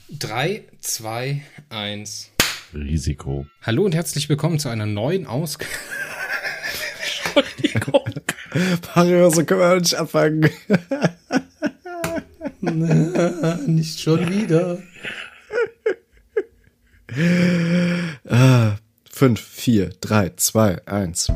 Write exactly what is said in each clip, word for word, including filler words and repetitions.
drei, zwei, eins. Risiko. Hallo und herzlich willkommen zu einer neuen Ausgabe. Entschuldigung. Mario, so können wir nicht anfangen. Na, nicht schon wieder. Ah, fünf, vier, drei, zwei, eins.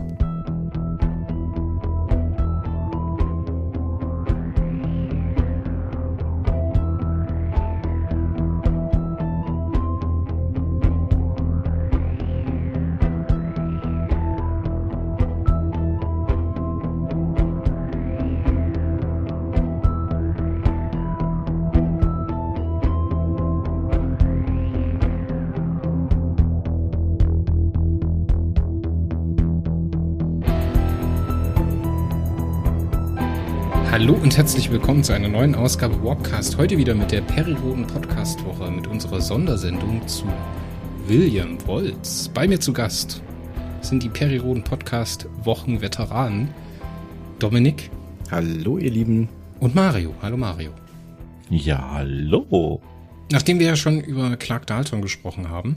Hallo und herzlich willkommen zu einer neuen Ausgabe Warpcast. Heute wieder mit der Periroden Podcast-Woche mit unserer Sondersendung zu William Woltz. Bei mir zu Gast sind die Periroden Podcast-Wochen-Veteranen Dominik. Hallo ihr Lieben. Und Mario. Hallo Mario. Ja, hallo. Nachdem wir ja schon über Clark Dalton gesprochen haben,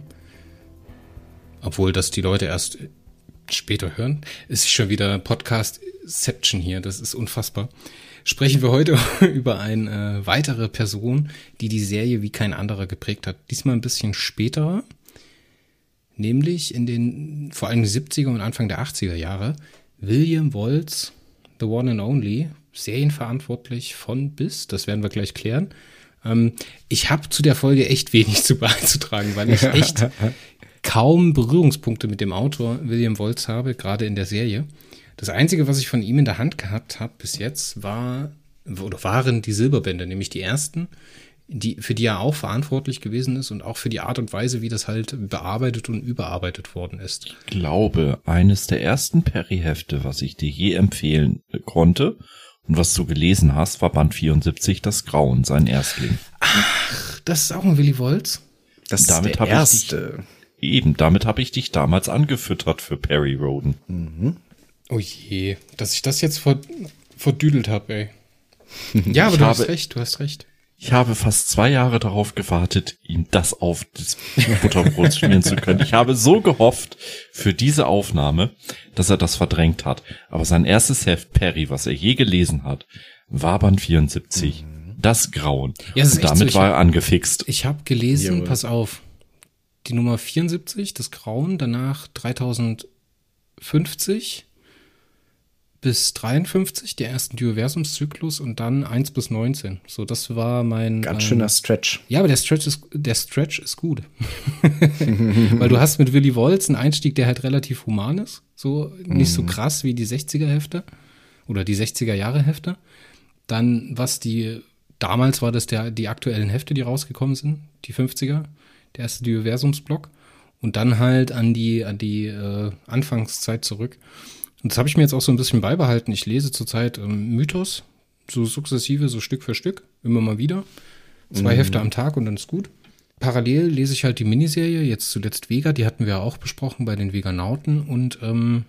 obwohl das die Leute erst später hören, ist schon wieder Podcast-Ception hier, das ist unfassbar. Sprechen wir heute über eine äh, weitere Person, die die Serie wie kein anderer geprägt hat. Diesmal ein bisschen später, nämlich in den vor allem siebziger und Anfang der achtziger Jahre. William Woltz, the one and only, serienverantwortlich von bis, das werden wir gleich klären. Ähm, ich habe zu der Folge echt wenig zu beizutragen, weil ich echt kaum Berührungspunkte mit dem Autor William Woltz habe, gerade in der Serie. Das Einzige, was ich von ihm in der Hand gehabt habe bis jetzt, war oder waren die Silberbände, nämlich die ersten, die, für die er auch verantwortlich gewesen ist und auch für die Art und Weise, wie das halt bearbeitet und überarbeitet worden ist. Ich glaube, eines der ersten Perry-Hefte, was ich dir je empfehlen konnte und was du gelesen hast, war Band vierundsiebzig, Das Grauen, sein Erstling. Ach, das ist auch ein Willy Woltz? Das ist damit der erste. Ich dich, eben, damit habe ich dich damals angefüttert für Periroden. Mhm. Oh je, dass ich das jetzt ver, verdüdelt habe, ey. Ja, aber ich du habe, hast recht, du hast recht. Ich habe fast zwei Jahre darauf gewartet, ihm das auf das Butterbrot schmieren zu können. Ich habe so gehofft für diese Aufnahme, dass er das verdrängt hat. Aber sein erstes Heft, Perry, was er je gelesen hat, war Band vierundsiebzig, mhm. Das Grauen. Ja, das ist und damit so, war er angefixt. Ich habe gelesen, Jawohl. Pass auf, die Nummer vierundsiebzig, Das Grauen, danach dreitausendfünfzig bis dreiundfünfzig, der ersten Dioversumszyklus und dann eins bis neunzehn. So, das war mein... Ganz mein, schöner Stretch. Ja, aber der Stretch ist, der Stretch ist gut. Weil du hast mit Willy Woltz einen Einstieg, der halt relativ human ist. So, nicht so krass wie die sechziger-Hefte oder die sechziger-Jahre-Hefte. Dann, was die... Damals war das der, die aktuellen Hefte, die rausgekommen sind, die fünfziger, der erste Dioversumsblock. Und dann halt an die, an die äh, Anfangszeit zurück. Und das habe ich mir jetzt auch so ein bisschen beibehalten. Ich lese zurzeit ähm, Mythos, so sukzessive, so Stück für Stück, immer mal wieder. Zwei mhm. Hefte am Tag und dann ist gut. Parallel lese ich halt die Miniserie, jetzt zuletzt Vega, die hatten wir ja auch besprochen bei den Veganauten. Und ähm,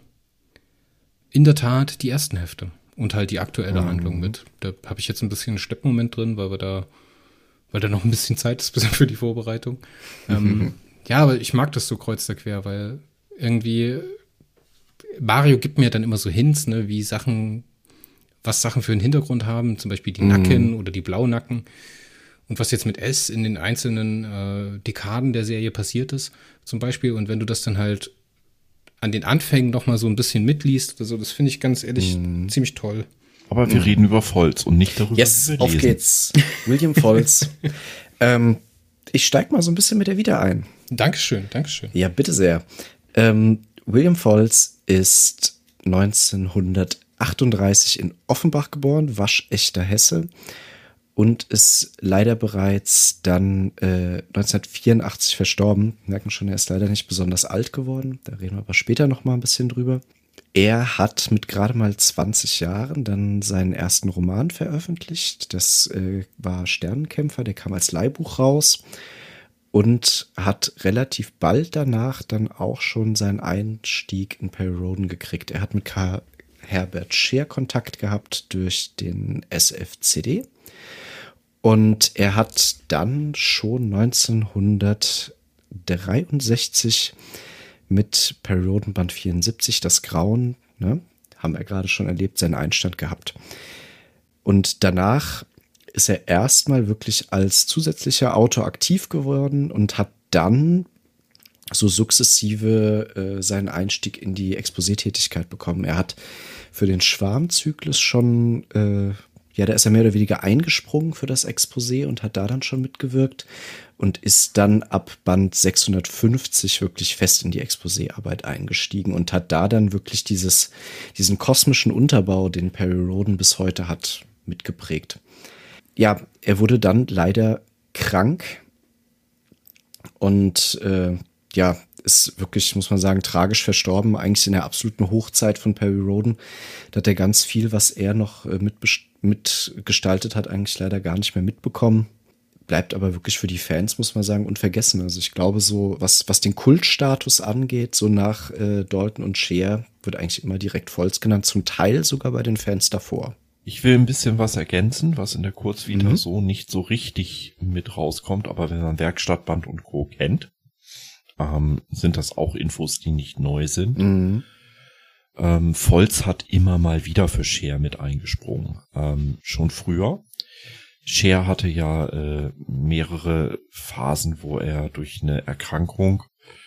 in der Tat die ersten Hefte und halt die aktuelle mhm. Handlung mit. Da habe ich jetzt ein bisschen einen Steppmoment drin, weil wir da, weil da noch ein bisschen Zeit ist für die Vorbereitung. Mhm. Ähm, ja, aber ich mag das so kreuz und quer, weil irgendwie... Mario gibt mir dann immer so Hints, ne, wie Sachen, was Sachen für einen Hintergrund haben, zum Beispiel die Nacken oder die Blaunacken und was jetzt mit S in den einzelnen äh, Dekaden der Serie passiert ist, zum Beispiel. Und wenn du das dann halt an den Anfängen noch mal so ein bisschen mitliest oder so, das finde ich ganz ehrlich mm. ziemlich toll. Aber wir mm. reden über Voltz und nicht darüber, yes, wie wir auf lesen. geht's. William Woltz. ähm, ich steig mal so ein bisschen mit der Vita ein. Dankeschön, Dankeschön. Ja, bitte sehr. Ähm, William Woltz ist neunzehnhundertachtunddreißig in Offenbach geboren, waschechter Hesse und ist leider bereits dann äh, neunzehnhundertvierundachtzig verstorben. Wir merken schon, er ist leider nicht besonders alt geworden. Da reden wir aber später noch mal ein bisschen drüber. Er hat mit gerade mal zwanzig Jahren dann seinen ersten Roman veröffentlicht. Das äh, war Sternenkämpfer, der kam als Leihbuch raus. Und hat relativ bald danach dann auch schon seinen Einstieg in Periroden gekriegt. Er hat mit K. Herbert Scheer Kontakt gehabt durch den S F C D Und er hat dann schon neunzehnhundertdreiundsechzig mit Perry Rhodan Band vierundsiebzig, das Grauen, ne, haben wir gerade schon erlebt, seinen Einstand gehabt. Und danach ist er erstmal wirklich als zusätzlicher Autor aktiv geworden und hat dann so sukzessive äh, seinen Einstieg in die Exposé-Tätigkeit bekommen. Er hat für den Schwarmzyklus schon, äh, ja, da ist er mehr oder weniger eingesprungen für das Exposé und hat da dann schon mitgewirkt und ist dann ab Band sechshundertfünfzig wirklich fest in die Exposé-Arbeit eingestiegen und hat da dann wirklich dieses, diesen kosmischen Unterbau, den Perry Rhodan bis heute hat, mitgeprägt. Ja, er wurde dann leider krank und äh, ja, ist wirklich, muss man sagen, tragisch verstorben, eigentlich in der absoluten Hochzeit von Perry Rhodan. Da hat er ganz viel, was er noch äh, mitgestaltet hat, eigentlich leider gar nicht mehr mitbekommen. Bleibt aber wirklich für die Fans, muss man sagen, unvergessen. Also ich glaube, so was, was den Kultstatus angeht, so nach äh, Dalton und Scheer, wird eigentlich immer direkt Volz genannt, zum Teil sogar bei den Fans davor. Ich will ein bisschen was ergänzen, was in der Kurzvita Mhm. so nicht so richtig mit rauskommt, aber wenn man Werkstattband und Co. kennt, ähm, sind das auch Infos, die nicht neu sind. Mhm. Ähm, Volz hat immer mal wieder für Scheer mit eingesprungen, ähm, schon früher. Scheer hatte ja äh, mehrere Phasen, wo er durch eine Erkrankung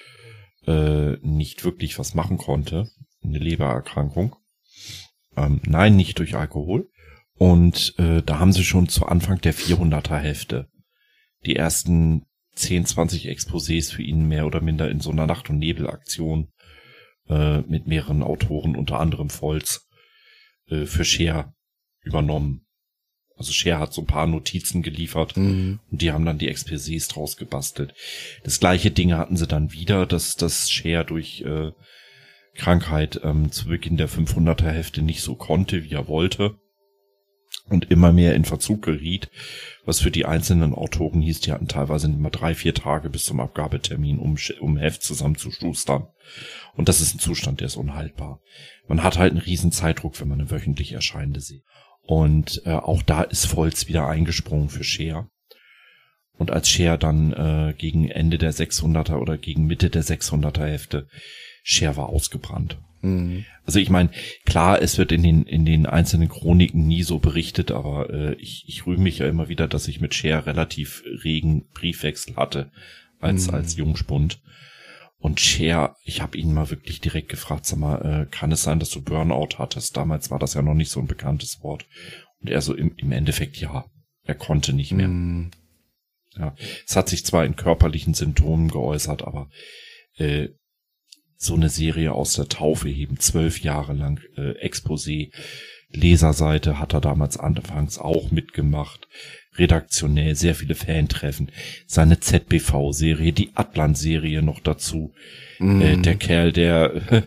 äh, nicht wirklich was machen konnte, eine Lebererkrankung. Ähm, nein, nicht durch Alkohol. Und äh, da haben sie schon zu Anfang der vierhunderter Hefte die ersten zehn, zwanzig Exposés für ihn mehr oder minder in so einer Nacht- und Nebelaktion äh, mit mehreren Autoren, unter anderem Volz, äh, für Scheer übernommen. Also Scheer hat so ein paar Notizen geliefert Mhm. und die haben dann die Exposés draus gebastelt. Das gleiche Ding hatten sie dann wieder, dass das Scheer durch äh, Krankheit ähm, zu Beginn der fünfhunderter Hefte nicht so konnte, wie er wollte und immer mehr in Verzug geriet, was für die einzelnen Autoren hieß, die hatten teilweise immer drei, vier Tage bis zum Abgabetermin, um, um Heft zusammenzustustern. Und das ist ein Zustand, der ist unhaltbar. Man hat halt einen riesen Zeitdruck, wenn man eine wöchentlich erscheinende sieht. Und äh, auch da ist Volz wieder eingesprungen für Scheer. Und als Scheer dann äh, gegen Ende der sechshunderter oder gegen Mitte der sechshunderter Hefte, Scheer war ausgebrannt. Mhm. Also ich meine, klar, es wird in den in den einzelnen Chroniken nie so berichtet, aber äh, ich, ich rühme mich ja immer wieder, dass ich mit Scheer relativ regen Briefwechsel hatte als Mhm. als Jungspund. Und Scheer, ich habe ihn mal wirklich direkt gefragt, sag mal, äh, kann es sein, dass du Burnout hattest? Damals war das ja noch nicht so ein bekanntes Wort. Und er so im, im Endeffekt, ja, er konnte nicht mehr. Mhm. Ja, es hat sich zwar in körperlichen Symptomen geäußert, aber äh, so eine Serie aus der Taufe heben, zwölf Jahre lang äh, Exposé, Leserseite hat er damals anfangs auch mitgemacht, redaktionell, sehr viele Fantreffen, seine Z B V-Serie, die Atlan-Serie noch dazu, Mhm. äh, der Kerl, der,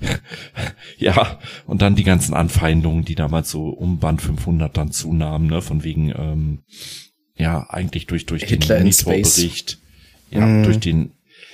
ja, und dann die ganzen Anfeindungen, die damals so um Band fünfhundert dann zunahmen, ne, von wegen, ähm, ja, eigentlich durch, durch den Hitler in Space. Monitorbericht, ja, Mhm. durch den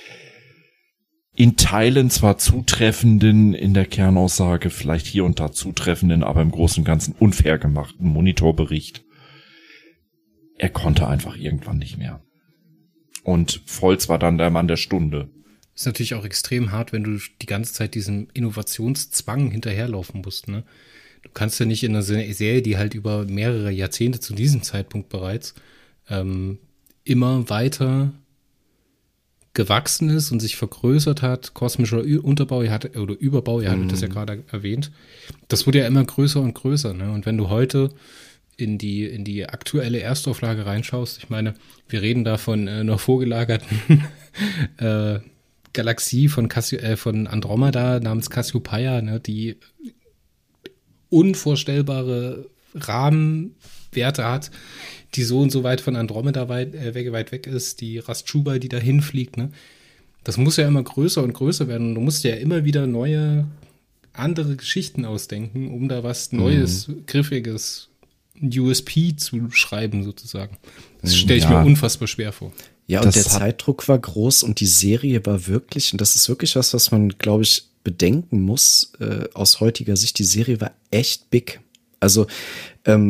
in Teilen zwar zutreffenden, in der Kernaussage vielleicht hier und da zutreffenden, aber im Großen und Ganzen unfair gemachten Monitorbericht. Er konnte einfach irgendwann nicht mehr. Und Volz war dann der Mann der Stunde. Ist natürlich auch extrem hart, wenn du die ganze Zeit diesem Innovationszwang hinterherlaufen musst, ne? Du kannst ja nicht in einer Serie, die halt über mehrere Jahrzehnte zu diesem Zeitpunkt bereits ähm, immer weiter gewachsen ist und sich vergrößert hat, kosmischer Ü- Unterbau, ihr hattet, oder Überbau, ihr hattet das ja gerade erwähnt. Das wurde ja immer größer und größer, ne? Und wenn du heute in die, in die aktuelle Erstauflage reinschaust, ich meine, wir reden da von äh, einer vorgelagerten äh, Galaxie von, Cassi- äh, von Andromeda namens Cassiopeia, ne, die unvorstellbare Rahmenwerte hat, die so und so weit von Andromeda weit, äh, weg, weit weg ist, die Rastschubai, die da hinfliegt, ne? Das muss ja immer größer und größer werden und du musst ja immer wieder neue, andere Geschichten ausdenken, um da was Neues, mhm. Griffiges, U S P zu schreiben sozusagen. Das stelle ich Ja. mir unfassbar schwer vor. Ja, und Das der hat- Zeitdruck war groß und die Serie war wirklich, und das ist wirklich was, was man, glaube ich, bedenken muss, äh, aus heutiger Sicht, die Serie war echt big. Also, ähm,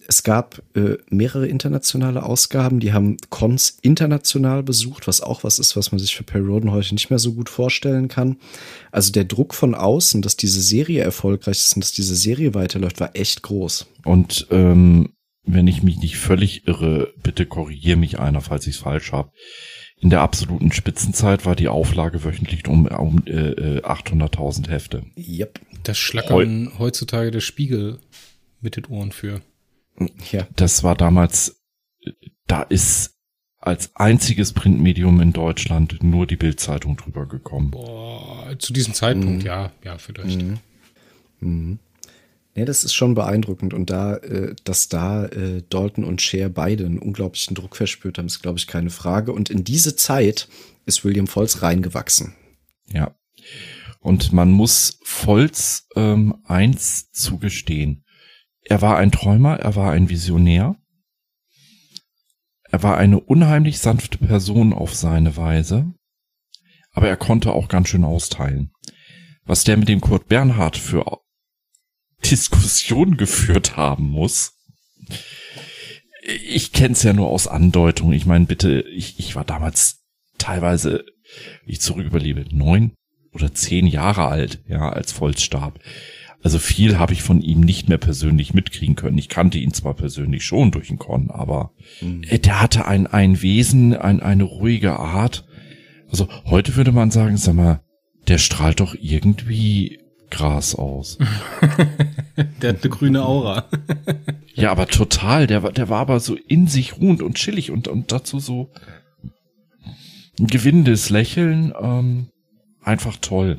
es gab äh, mehrere internationale Ausgaben, die haben Cons international besucht, was auch was ist, was man sich für Perry Rhodan heute nicht mehr so gut vorstellen kann. Also der Druck von außen, dass diese Serie erfolgreich ist und dass diese Serie weiterläuft, war echt groß. Und ähm, wenn ich mich nicht völlig irre, bitte korrigiere mich einer, falls ich es falsch habe. In der absoluten Spitzenzeit war die Auflage wöchentlich um, um äh, achthunderttausend Hefte. Yep. Das schlackern Heu- heutzutage der Spiegel mit den Ohren für. Ja. Das war damals, da ist als einziges Printmedium in Deutschland nur die Bild-Zeitung drüber gekommen. Boah, zu diesem Zeitpunkt, Mhm. ja, ja, vielleicht. Mhm. Mhm. Ja, das ist schon beeindruckend. Und da, äh, dass da äh, Dalton und Scher beide einen unglaublichen Druck verspürt haben, ist, glaube ich, keine Frage. Und in diese Zeit ist William Foltz reingewachsen. Ja. Und man muss Foltz ähm, eins zugestehen. Er war ein Träumer, er war ein Visionär. Er war eine unheimlich sanfte Person auf seine Weise. Aber er konnte auch ganz schön austeilen. Was der mit dem Kurt Bernhard für Diskussion geführt haben muss. Ich kenn's ja nur aus Andeutung. Ich meine, bitte, ich, ich war damals teilweise, ich zurück überlebe, neun oder zehn Jahre alt, ja, als Foltz starb. Also viel habe ich von ihm nicht mehr persönlich mitkriegen können. Ich kannte ihn zwar persönlich schon durch den Con, aber mhm. der hatte ein, ein Wesen, ein, eine ruhige Art. Also heute würde man sagen, sag mal, der strahlt doch irgendwie Gras aus. Der hat eine grüne Aura. Ja, aber total. Der war, der war aber so in sich ruhend und chillig und, und dazu so ein gewinnendes Lächeln. Ähm, einfach toll.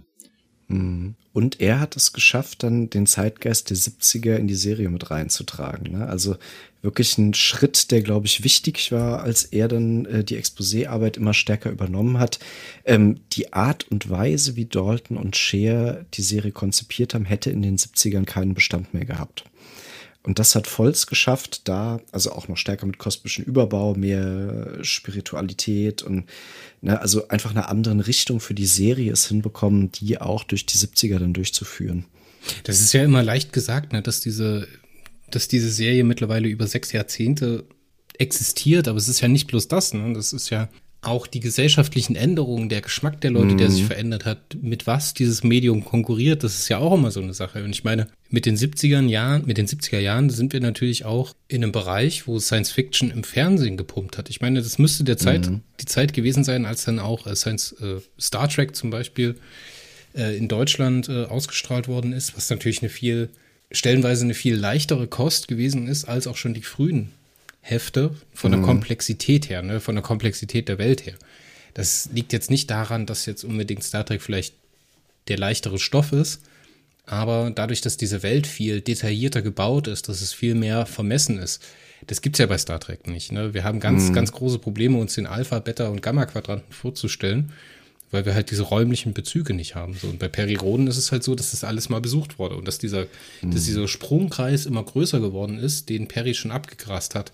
Und er hat es geschafft, dann den Zeitgeist der siebziger in die Serie mit reinzutragen. Ne? Also wirklich ein Schritt, der, glaube ich, wichtig war, als er dann äh, die Exposé-Arbeit immer stärker übernommen hat. Ähm, die Art und Weise, wie Dalton und Scher die Serie konzipiert haben, hätte in den siebzigern keinen Bestand mehr gehabt. Und das hat Foltz geschafft, da, also auch noch stärker mit kosmischem Überbau, mehr Spiritualität und ne, also einfach eine andere Richtung für die Serie es hinbekommen, die auch durch die siebziger dann durchzuführen. Das ist ja immer leicht gesagt, ne, dass diese, dass diese Serie mittlerweile über sechs Jahrzehnte existiert, aber es ist ja nicht bloß das, ne? Das ist ja auch die gesellschaftlichen Änderungen, der Geschmack der Leute, mhm. der sich verändert hat, mit was dieses Medium konkurriert, das ist ja auch immer so eine Sache. Und ich meine, mit den siebzigern Jahren, mit den siebziger Jahren sind wir natürlich auch in einem Bereich, wo Science Fiction im Fernsehen gepumpt hat. Ich meine, das müsste der Zeit, mhm. die Zeit gewesen sein, als dann auch äh, Science, äh, Star Trek zum Beispiel äh, in Deutschland äh, ausgestrahlt worden ist, was natürlich eine viel, stellenweise eine viel leichtere Kost gewesen ist, als auch schon die frühen Hefte von der mhm. Komplexität her, ne, von der Komplexität der Welt her. Das liegt jetzt nicht daran, dass jetzt unbedingt Star Trek vielleicht der leichtere Stoff ist, aber dadurch, dass diese Welt viel detaillierter gebaut ist, dass es viel mehr vermessen ist, das gibt's ja bei Star Trek nicht. Ne? Wir haben ganz, mhm. ganz große Probleme, uns den Alpha-, Beta- und Gamma-Quadranten vorzustellen, weil wir halt diese räumlichen Bezüge nicht haben. So, und bei Perry Rhodan ist es halt so, dass das alles mal besucht wurde und dass dieser, mhm. dass dieser Sprungkreis immer größer geworden ist, den Perry schon abgegrast hat.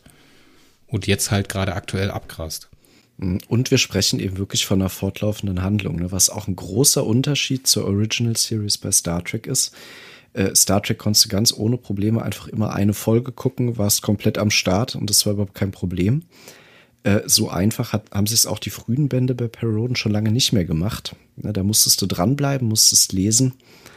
Und jetzt halt gerade aktuell abgrast. Und wir sprechen eben wirklich von einer fortlaufenden Handlung, ne? Was auch ein großer Unterschied zur Original Series bei Star Trek ist. Äh, Star Trek konntest du ganz ohne Probleme einfach immer eine Folge gucken, warst komplett am Start und das war überhaupt kein Problem. Äh, so einfach hat, haben sich es auch die frühen Bände bei Perry Rhodan schon lange nicht mehr gemacht. Ne? Da musstest du dranbleiben, musstest lesen.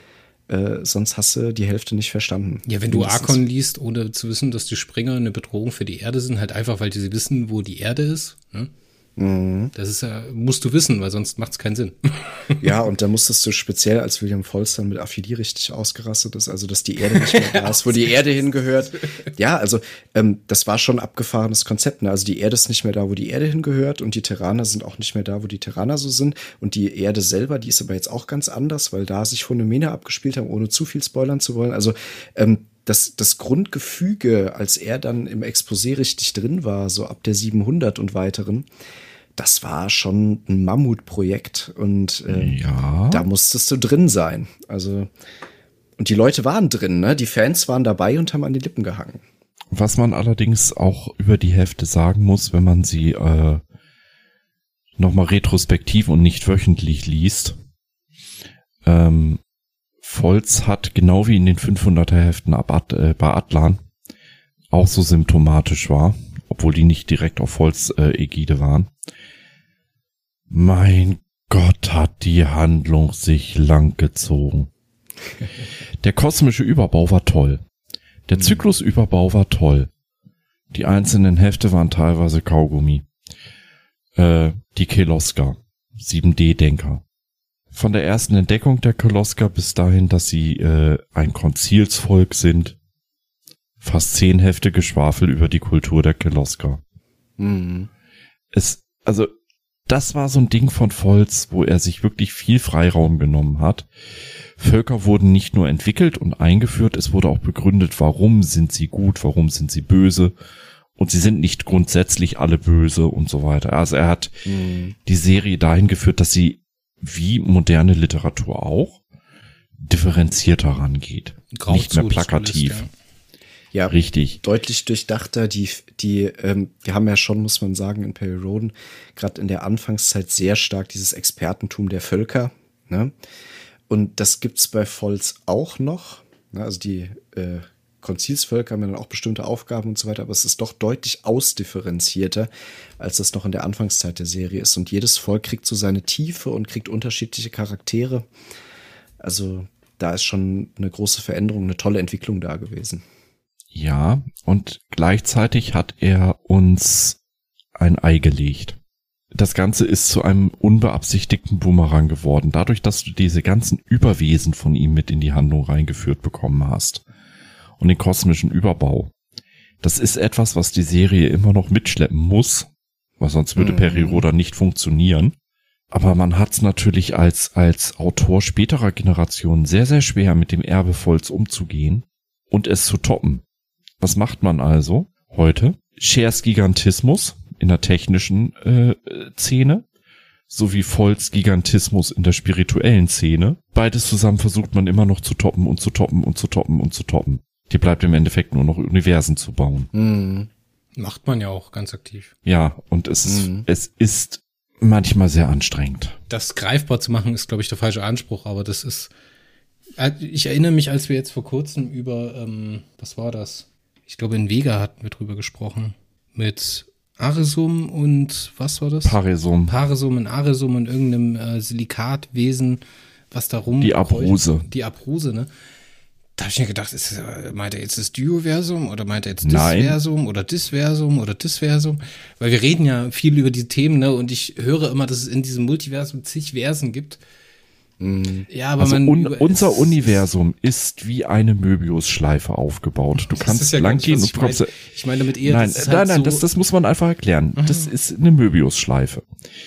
Äh, sonst hast du die Hälfte nicht verstanden. Ja, wenn du Archon liest, ohne zu wissen, dass die Springer eine Bedrohung für die Erde sind, halt einfach, weil sie wissen, wo die Erde ist, ne? Mhm. Das ist ja, musst du wissen, weil sonst macht es keinen Sinn. Ja, und da musstest du speziell, als William Foltz dann mit Aphilie richtig ausgerastet ist, also dass die Erde nicht mehr da ist, wo die Erde hingehört. Ja, also ähm, das war schon ein abgefahrenes Konzept. Ne? Also die Erde ist nicht mehr da, wo die Erde hingehört und die Terraner sind auch nicht mehr da, wo die Terraner so sind. Und die Erde selber, die ist aber jetzt auch ganz anders, weil da sich Phänomene abgespielt haben, ohne zu viel spoilern zu wollen. Also ähm, das, das Grundgefüge, als er dann im Exposé richtig drin war, so ab der siebenhundert und weiteren, das war schon ein Mammutprojekt und äh, ja. Da musstest du drin sein. Also, und die Leute waren drin, ne? Die Fans waren dabei und haben an die Lippen gehangen. Was man allerdings auch über die Hefte sagen muss, wenn man sie äh, nochmal retrospektiv und nicht wöchentlich liest, ähm, Foltz hat genau wie in den fünfhunderter Heften ab At- äh, bei Atlan auch so symptomatisch war, obwohl die nicht direkt auf Volz äh, Ägide waren. Mein Gott, hat die Handlung sich lang gezogen. Der kosmische Überbau war toll. Der Zyklusüberbau war toll. Die einzelnen Hefte waren teilweise Kaugummi. Äh, die Keloska, sieben D-Denker. Von der ersten Entdeckung der Keloska bis dahin, dass sie äh, ein Konzilsvolk sind. Fast zehn Hefte Geschwafel über die Kultur der Keloska. Mhm. Es, also, das war so ein Ding von Volz, wo er sich wirklich viel Freiraum genommen hat. Völker wurden nicht nur entwickelt und eingeführt, es wurde auch begründet, warum sind sie gut, warum sind sie böse. Und sie sind nicht grundsätzlich alle böse und so weiter. Also er hat mhm. die Serie dahin geführt, dass sie, wie moderne Literatur auch, differenzierter rangeht. Grau nicht mehr plakativ. Alles, ja. Ja, richtig. Deutlich durchdachter. Die, die, ähm, wir haben ja schon, muss man sagen, in Perry Rhodan gerade in der Anfangszeit sehr stark dieses Expertentum der Völker. Ne? Und das gibt's bei Volz auch noch. Ne? Also die äh, Konzilsvölker haben ja dann auch bestimmte Aufgaben und so weiter, aber es ist doch deutlich ausdifferenzierter, als das noch in der Anfangszeit der Serie ist. Und jedes Volk kriegt so seine Tiefe und kriegt unterschiedliche Charaktere. Also da ist schon eine große Veränderung, eine tolle Entwicklung da gewesen. Ja, und gleichzeitig hat er uns ein Ei gelegt. Das Ganze ist zu einem unbeabsichtigten Boomerang geworden, dadurch, dass du diese ganzen Überwesen von ihm mit in die Handlung reingeführt bekommen hast. Und den kosmischen Überbau. Das ist etwas, was die Serie immer noch mitschleppen muss, weil sonst würde mhm. Perry Rhodan nicht funktionieren. Aber man hat es natürlich als, als Autor späterer Generationen sehr, sehr schwer, mit dem Erbe Volz umzugehen und es zu toppen. Was macht man also heute? Schers Gigantismus in der technischen äh, Szene, sowie Volz Gigantismus in der spirituellen Szene. Beides zusammen versucht man immer noch zu toppen und zu toppen und zu toppen und zu toppen. Die bleibt im Endeffekt nur noch Universen zu bauen. Mhm. Macht man ja auch ganz aktiv. Ja, und es ist, Mhm. es ist manchmal sehr anstrengend. Das greifbar zu machen, ist, glaube ich, der falsche Anspruch, aber das ist, ich erinnere mich, als wir jetzt vor kurzem über, ähm, was war das? Ich glaube, in Vega hatten wir drüber gesprochen. Mit Aresum und, was war das? Paresum. Paresum und Aresum und irgendeinem äh, Silikatwesen, was da rum. Die Abruse. Die Abruse, ne? Da habe ich mir gedacht, ist, meint er jetzt das Dioversum oder meint er jetzt Nein. Disversum oder Disversum oder Disversum? Weil wir reden ja viel über die Themen, ne? Und ich höre immer, dass es in diesem Multiversum zig Versen gibt. Mhm. Ja, aber Also man un, über- unser es- Universum ist wie eine Möbiusschleife aufgebaut. Du Das kannst ist ja gar lang nicht, gehen was und ich du kommst. meine. Ich meine damit eher, Nein, das ist nein, halt nein, so, das, das muss man einfach erklären. Das ist eine Möbiusschleife.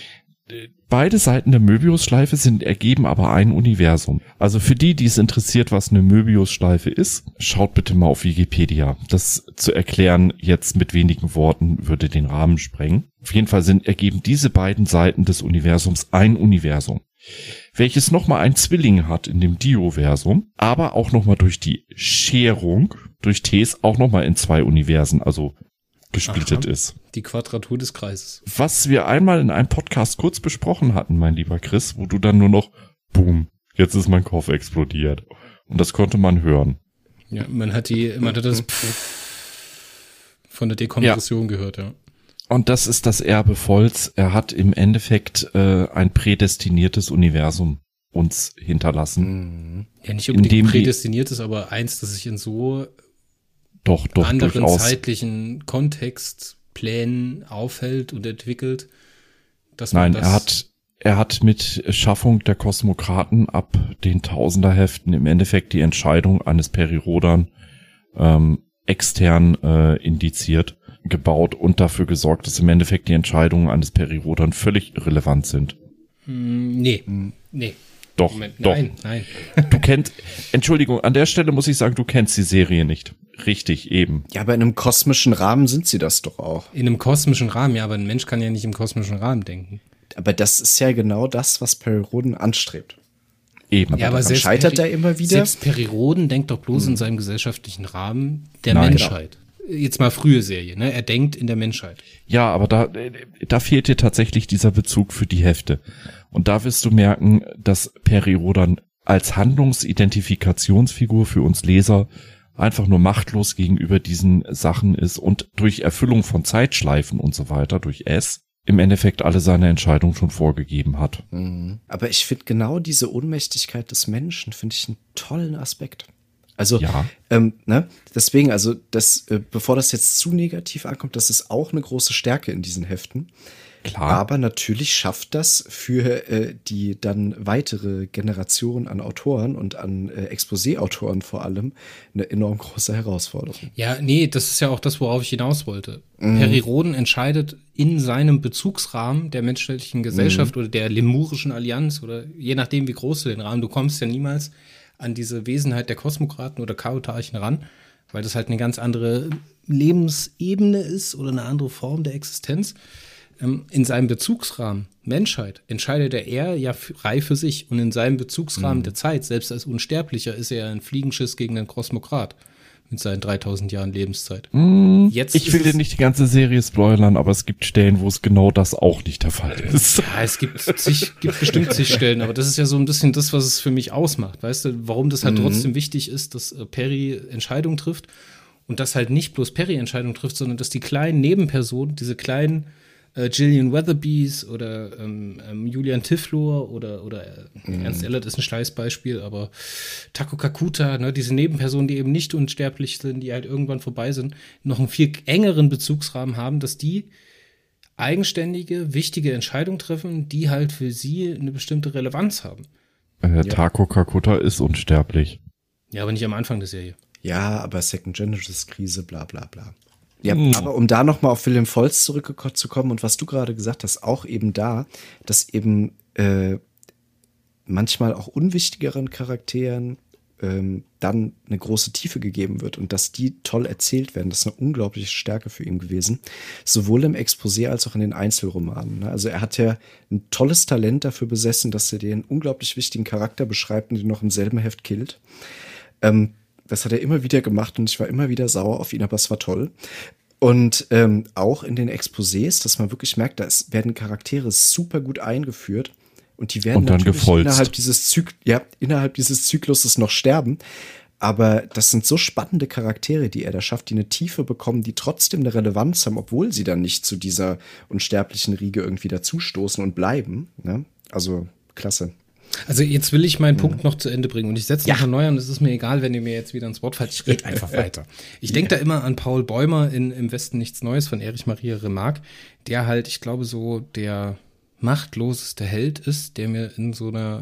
Beide Seiten der Möbiusschleife sind ergeben aber ein Universum. Also für die, die es interessiert, was eine Möbiusschleife ist, schaut bitte mal auf Wikipedia. Das zu erklären jetzt mit wenigen Worten würde den Rahmen sprengen. Auf jeden Fall sind ergeben diese beiden Seiten des Universums ein Universum, welches nochmal ein Zwilling hat in dem Dioversum, aber auch nochmal durch die Scherung, durch Ts auch nochmal in zwei Universen, also gesplittet Aha. ist. die Quadratur des Kreises. Was wir einmal in einem Podcast kurz besprochen hatten, mein lieber Chris, wo du dann nur noch, boom, jetzt ist mein Kopf explodiert. Und das konnte man hören. Ja, man hat die, man hat das von der Dekompression gehört, ja. Und das ist das Erbe Volz. Er hat im Endeffekt äh, ein prädestiniertes Universum uns hinterlassen. Mhm. Ja, nicht In unbedingt dem die- prädestiniert ist, aber eins, das sich in so Doch, doch, anderen durchaus. zeitlichen Kontextplänen aufhält und entwickelt, dass man Nein, das er hat, er hat mit Schaffung der Kosmokraten ab den Tausenderheften im Endeffekt die Entscheidung eines Perry Rhodan ähm, extern äh, indiziert, gebaut und dafür gesorgt, dass im Endeffekt die Entscheidungen eines Perry Rhodan völlig irrelevant sind. Hm, nee, nee. Doch, Moment, doch. Nein, nein. Du kennst, Entschuldigung, an der Stelle muss ich sagen, du kennst die Serie nicht. Richtig, eben. Ja, aber in einem kosmischen Rahmen sind sie das doch auch. In einem kosmischen Rahmen, ja, aber ein Mensch kann ja nicht im kosmischen Rahmen denken. Aber das ist ja genau das, was Perry Rhodan anstrebt. Eben. Ja, aber daran selbst scheitert Peri- er immer wieder. Selbst Perry Rhodan denkt doch bloß in seinem gesellschaftlichen Rahmen der Nein. Menschheit. Jetzt mal frühe Serie, ne? Er denkt in der Menschheit. Ja, aber da, da fehlt dir tatsächlich dieser Bezug für die Hefte. Und da wirst du merken, dass Perry Rhodan als Handlungsidentifikationsfigur für uns Leser einfach nur machtlos gegenüber diesen Sachen ist und durch Erfüllung von Zeitschleifen und so weiter, durch S, im Endeffekt alle seine Entscheidungen schon vorgegeben hat. Mhm. Aber ich finde genau diese Ohnmächtigkeit des Menschen, finde ich einen tollen Aspekt. Also, ja. ähm, ne, deswegen, also, das, äh, bevor das jetzt zu negativ ankommt, das ist auch eine große Stärke in diesen Heften. Klar. Aber natürlich schafft das für äh, die dann weitere Generation an Autoren und an äh, Exposé-Autoren vor allem eine enorm große Herausforderung. Ja, nee, das ist ja auch das, worauf ich hinaus wollte. Mhm. Perry Rhodan entscheidet in seinem Bezugsrahmen der menschlichen Gesellschaft mhm. oder der Lemurischen Allianz oder je nachdem, wie groß du den Rahmen, du kommst ja niemals an diese Wesenheit der Kosmokraten oder Chaotarchen ran, weil das halt eine ganz andere Lebensebene ist oder eine andere Form der Existenz. In seinem Bezugsrahmen Menschheit entscheidet er ja frei für sich. Und in seinem Bezugsrahmen mhm. der Zeit, selbst als Unsterblicher, ist er ein Fliegenschiss gegen den Kosmokrat mit seinen dreitausend Jahren Lebenszeit. Mhm. Jetzt ich will dir nicht die ganze Serie spoilern, aber es gibt Stellen, wo es genau das auch nicht der Fall ist. Ja, es gibt, zig, gibt bestimmt zig Stellen, aber das ist ja so ein bisschen das, was es für mich ausmacht. Weißt du, warum das halt mhm. trotzdem wichtig ist, dass Perry Entscheidungen trifft und dass halt nicht bloß Perry Entscheidungen trifft, sondern dass die kleinen Nebenpersonen, diese kleinen Gillian Weatherbys oder ähm, ähm, Julian Tiflor oder, oder äh, mm. Ernst Ellert ist ein Schleißbeispiel, aber Taku Kakuta, ne, diese Nebenpersonen, die eben nicht unsterblich sind, die halt irgendwann vorbei sind, noch einen viel engeren Bezugsrahmen haben, dass die eigenständige, wichtige Entscheidungen treffen, die halt für sie eine bestimmte Relevanz haben. Äh, ja. Taku Kakuta ist unsterblich. Ja, aber nicht am Anfang der Serie. Ja, aber Second Genesis Krise, bla bla bla. Ja, mhm. aber um da nochmal auf William Foltz zurückzukommen und was du gerade gesagt hast, auch eben da, dass eben äh, manchmal auch unwichtigeren Charakteren ähm, dann eine große Tiefe gegeben wird und dass die toll erzählt werden, das ist eine unglaubliche Stärke für ihn gewesen, sowohl im Exposé als auch in den Einzelromanen. Ne? Also er hat ja ein tolles Talent dafür besessen, dass er den unglaublich wichtigen Charakter beschreibt und den noch im selben Heft killt. Ähm, Das hat er immer wieder gemacht und ich war immer wieder sauer auf ihn, aber es war toll. Und ähm, auch in den Exposés, dass man wirklich merkt, da ist, werden Charaktere super gut eingeführt und die werden und dann natürlich gefolzt. innerhalb dieses Zyk- ja, innerhalb dieses Zykluses noch sterben. Aber das sind so spannende Charaktere, die er da schafft, die eine Tiefe bekommen, die trotzdem eine Relevanz haben, obwohl sie dann nicht zu dieser unsterblichen Riege irgendwie dazustoßen und bleiben. Ne? Also klasse. Also jetzt will ich meinen mhm. Punkt noch zu Ende bringen und ich setze ja. noch neu und es ist mir egal, wenn ihr mir jetzt wieder ins Wort fallt, ich rede einfach weiter. Ich denke ja. da immer an Paul Bäumer in Im Westen nichts Neues von Erich Maria Remarque, der halt, ich glaube, so der machtloseste Held ist, der mir in so einer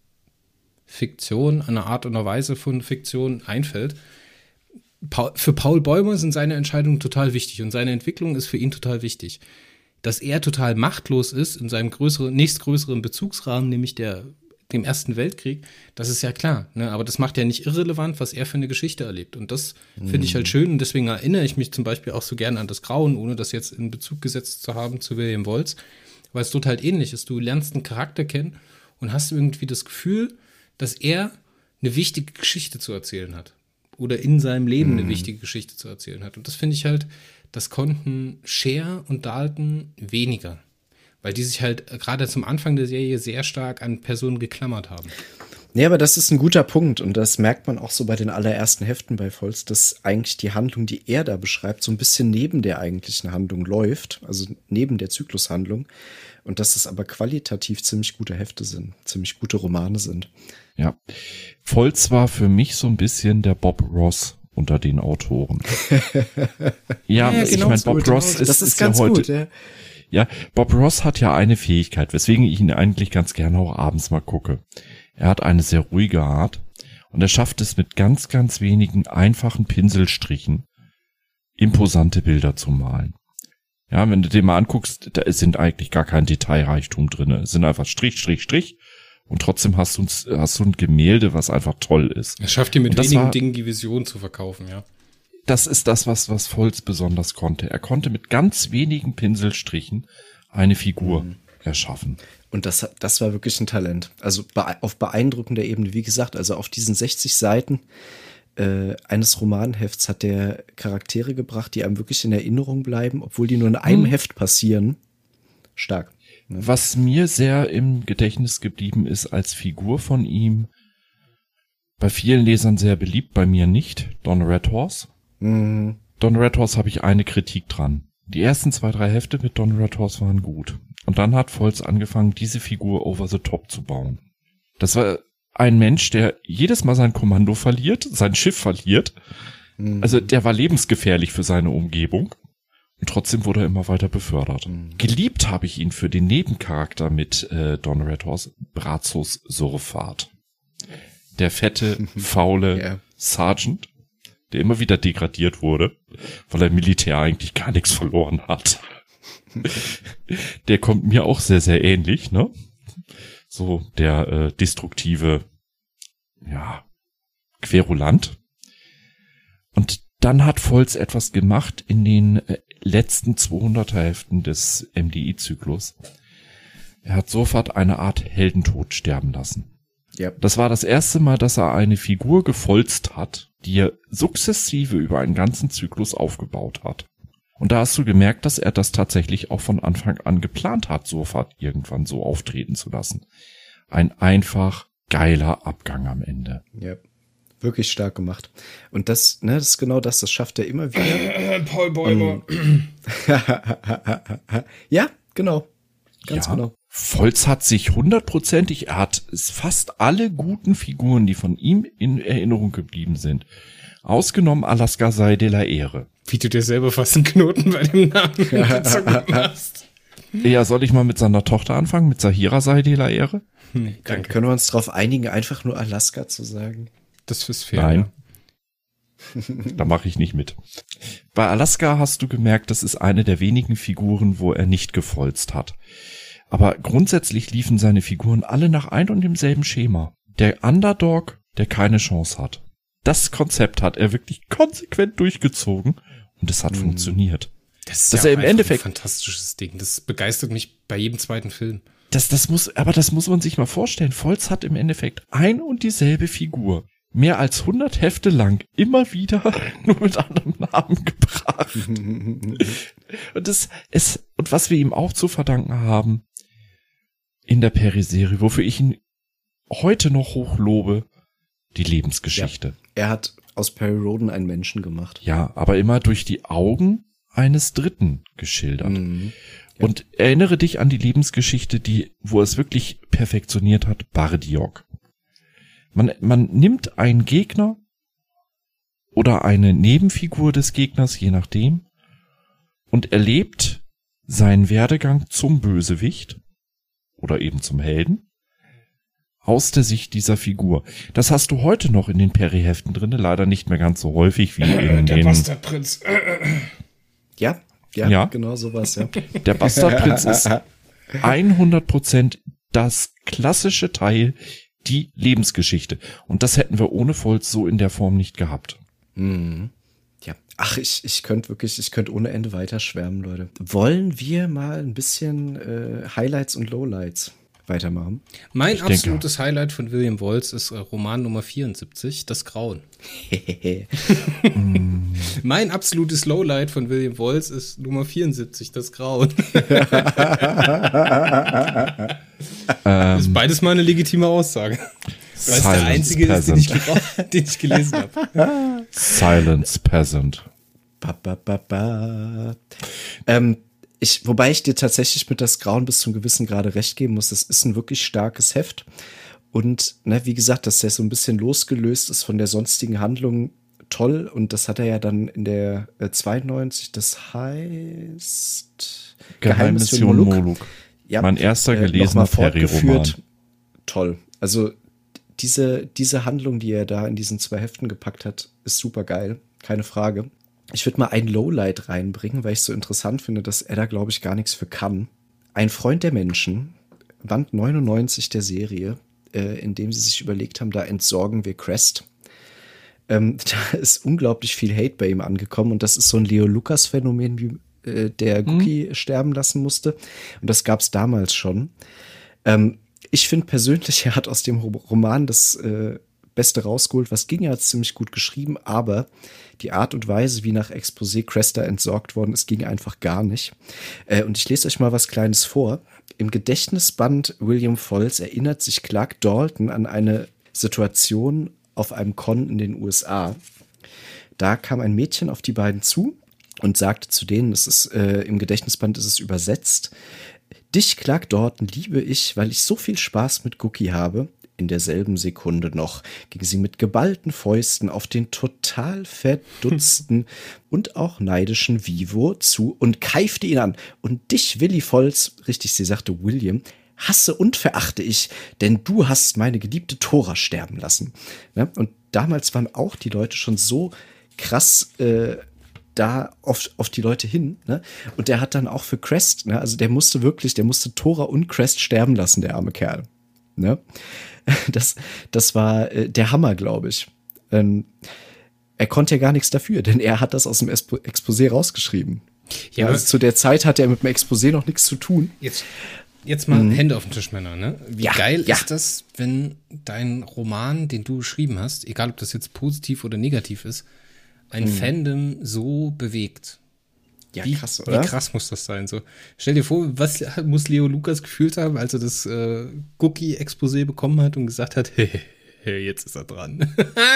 Fiktion, einer Art und einer Weise von Fiktion einfällt. Für Paul Bäumer sind seine Entscheidungen total wichtig und seine Entwicklung ist für ihn total wichtig. Dass er total machtlos ist in seinem größeren, nächstgrößeren Bezugsrahmen, nämlich der dem Ersten Weltkrieg, das ist ja klar, ne? Aber das macht ja nicht irrelevant, was er für eine Geschichte erlebt. Und das mhm. finde ich halt schön und deswegen erinnere ich mich zum Beispiel auch so gerne an das Grauen, ohne das jetzt in Bezug gesetzt zu haben zu William Woltz, weil es dort halt ähnlich ist. Du lernst einen Charakter kennen und hast irgendwie das Gefühl, dass er eine wichtige Geschichte zu erzählen hat oder in seinem Leben mhm. eine wichtige Geschichte zu erzählen hat. Und das finde ich halt, das konnten Scheer und Dalton weniger. Weil die sich halt gerade zum Anfang der Serie sehr stark an Personen geklammert haben. Ja, aber das ist ein guter Punkt und das merkt man auch so bei den allerersten Heften bei Foltz, dass eigentlich die Handlung, die er da beschreibt, so ein bisschen neben der eigentlichen Handlung läuft, also neben der Zyklushandlung und dass es aber qualitativ ziemlich gute Hefte sind, ziemlich gute Romane sind. Ja, Foltz war für mich so ein bisschen der Bob Ross unter den Autoren. ja, ja, ich meine, Bob Ross ist, das ist, ist ganz ja heute... gut, ja. Ja, Bob Ross hat ja eine Fähigkeit, weswegen ich ihn eigentlich ganz gerne auch abends mal gucke. Er hat eine sehr ruhige Art und er schafft es mit ganz, ganz wenigen einfachen Pinselstrichen, imposante Bilder zu malen. Ja, wenn du dir mal anguckst, da sind eigentlich gar kein Detailreichtum drin. Es sind einfach Strich, Strich, Strich und trotzdem hast du ein, hast du ein Gemälde, was einfach toll ist. Er schafft dir mit wenigen war, Dingen die Vision zu verkaufen, ja. Das ist das, was, was Foltz besonders konnte. Er konnte mit ganz wenigen Pinselstrichen eine Figur mhm. erschaffen. Und das, das war wirklich ein Talent. Also be- auf beeindruckender Ebene. Wie gesagt, also auf diesen sechzig Seiten äh, eines Romanhefts hat der Charaktere gebracht, die einem wirklich in Erinnerung bleiben, obwohl die nur in einem mhm. Heft passieren. Stark. Ne? Was mir sehr im Gedächtnis geblieben ist als Figur von ihm, Bei vielen Lesern sehr beliebt, bei mir nicht. Don Red Horse. Mhm. Don Red Horse habe ich eine Kritik dran. Die ersten zwei, drei Hefte mit Don Red Horse waren gut. Und dann hat Volz angefangen, diese Figur over the top zu bauen. Das war ein Mensch, der jedes Mal sein Kommando verliert, sein Schiff verliert. Mhm. Also der war lebensgefährlich für seine Umgebung. Und trotzdem wurde er immer weiter befördert. Mhm. Geliebt habe ich ihn für den Nebencharakter mit äh, Don Red Horse, Brazos Surfat. Der fette, faule yeah. Sergeant, der immer wieder degradiert wurde, weil er im Militär eigentlich gar nichts verloren hat. Der kommt mir auch sehr, sehr ähnlich, ne? So der äh, destruktive, ja, Querulant. Und dann hat Volz etwas gemacht in den äh, letzten zweihunderter Heften des M D I-Zyklus. Er hat sofort eine Art Heldentod sterben lassen. Ja. Das war das erste Mal, dass er eine Figur gefolzt hat, die er sukzessive über einen ganzen Zyklus aufgebaut hat. Und da hast du gemerkt, dass er das tatsächlich auch von Anfang an geplant hat, sofort irgendwann so auftreten zu lassen. Ein einfach geiler Abgang am Ende. Ja, wirklich stark gemacht. Und das, ne, das ist genau das, das schafft er immer wieder. Paul Bäumer. Ja, genau. Ganz ja. genau. Volz hat sich hundertprozentig, er hat fast alle guten Figuren, die von ihm in Erinnerung geblieben sind, ausgenommen Alaska Sei de la Ehre. Wie du dir selber fast einen Knoten bei dem Namen gezogen hast. Ja, soll ich mal mit seiner Tochter anfangen, mit Sahira Sei de la Ehre? Nee, Dann können wir uns darauf einigen, einfach nur Alaska zu sagen. Das ist fair. Nein. Ja. Da mache ich nicht mit. Bei Alaska hast du gemerkt, das ist eine der wenigen Figuren, wo er nicht gefolzt hat. Aber grundsätzlich liefen seine Figuren alle nach ein und demselben Schema. Der Underdog, der keine Chance hat. Das Konzept hat er wirklich konsequent durchgezogen und es hat mhm. funktioniert. Das ist Dass ja er im Endeffekt ein fantastisches Ding. Das begeistert mich bei jedem zweiten Film. Das, das muss, aber das muss man sich mal vorstellen. Volz hat im Endeffekt ein und dieselbe Figur mehr als hundert Hefte lang immer wieder nur mit anderem Namen gebracht. Und das ist, und was wir ihm auch zu verdanken haben, in der Perry-Serie, wofür ich ihn heute noch hochlobe, die Lebensgeschichte. Ja, er hat aus Perry Rhodan einen Menschen gemacht. Ja, aber immer durch die Augen eines Dritten geschildert. Mhm. Ja. Und erinnere dich an die Lebensgeschichte, die, wo er es wirklich perfektioniert hat, Bardiok. Man, man nimmt einen Gegner oder eine Nebenfigur des Gegners, je nachdem, und erlebt seinen Werdegang zum Bösewicht oder eben zum Helden aus der Sicht dieser Figur. Das hast du heute noch in den Perry-Heften drin, leider nicht mehr ganz so häufig wie in der den... Bastardprinz. Ja, ja, ja, genau sowas, ja. Der Bastardprinz ist hundert Prozent das klassische Teil, die Lebensgeschichte. Und das hätten wir ohne Volz so in der Form nicht gehabt. Mhm. Ja, ach, ich, ich könnte wirklich, ich könnte ohne Ende weiter schwärmen, Leute. Wollen wir mal ein bisschen äh, Highlights und Lowlights weitermachen? Mein ich absolutes denke. Highlight von William Volz ist äh, Roman Nummer vierundsiebzig, Das Grauen. Mein absolutes Lowlight von William Volz ist Nummer vierundsiebzig, Das Grauen. Das ist beides mal eine legitime Aussage. Weil es der einzige Peasant. ist, den ich, den ich gelesen habe. Silence Peasant. Ba, ba, ba, ba. Ähm, ich, wobei ich dir tatsächlich mit Das Grauen bis zum gewissen Grade recht geben muss. Das ist ein wirklich starkes Heft. Und ne, wie gesagt, dass der so ein bisschen losgelöst ist von der sonstigen Handlung, toll. Und das hat er ja dann in der äh, zweiundneunzig, das heißt Geheimmission Moluk. Ja, mein erster gelesener Perry-Roman. Toll. Also diese, diese Handlung, die er da in diesen zwei Heften gepackt hat, ist super geil. Keine Frage. Ich würde mal ein Lowlight reinbringen, weil ich so interessant finde, dass er da, glaube ich, gar nichts für kann. Ein Freund der Menschen, Band neunundneunzig der Serie, äh, in dem sie sich überlegt haben, da entsorgen wir Crest. Ähm, da ist unglaublich viel Hate bei ihm angekommen und das ist so ein Leo-Lucas-Phänomen, wie äh, der Gookie mhm. sterben lassen musste. Und das gab es damals schon. Ähm, ich finde persönlich, er hat aus dem Roman das äh, Beste rausgeholt, was ging. Er hat es ziemlich gut geschrieben, aber die Art und Weise, wie nach Exposé Cresta entsorgt worden ist, ging einfach gar nicht. Äh, und ich lese euch mal was Kleines vor. Im Gedächtnisband William Volz erinnert sich Clark Dalton an eine Situation auf einem Con in den U S A. Da kam ein Mädchen auf die beiden zu und sagte zu denen, das ist äh, im Gedächtnisband ist es übersetzt: Dich, Clark Dalton, liebe ich, weil ich so viel Spaß mit Gookie habe. In derselben Sekunde noch ging sie mit geballten Fäusten auf den total verdutzten und auch neidischen Vivo zu und keifte ihn an. Und dich, Willi Volz, richtig, sie sagte William, hasse und verachte ich, denn du hast meine geliebte Tora sterben lassen. Ja, und damals waren auch die Leute schon so krass äh, da auf, auf die Leute hin, ne? Und der hat dann auch für Crest, ne? Also der musste wirklich, der musste Tora und Crest sterben lassen, der arme Kerl. Ne? Das, das war äh, der Hammer, glaube ich. Ähm, er konnte ja gar nichts dafür, denn er hat das aus dem Expo- Exposé rausgeschrieben. Ja, also zu der Zeit hatte er mit dem Exposé noch nichts zu tun. Jetzt, jetzt mal mhm. Hände auf den Tisch, Männer. Ne? Wie ja, geil ja. ist das, wenn dein Roman, den du geschrieben hast, egal ob das jetzt positiv oder negativ ist, ein mhm. Fandom so bewegt? Ja, wie, krass, oder? Wie krass muss das sein? So, stell dir vor, was muss Leo Lucas gefühlt haben, als er das äh, Gookie-Exposé bekommen hat und gesagt hat, hey, hey, jetzt ist er dran.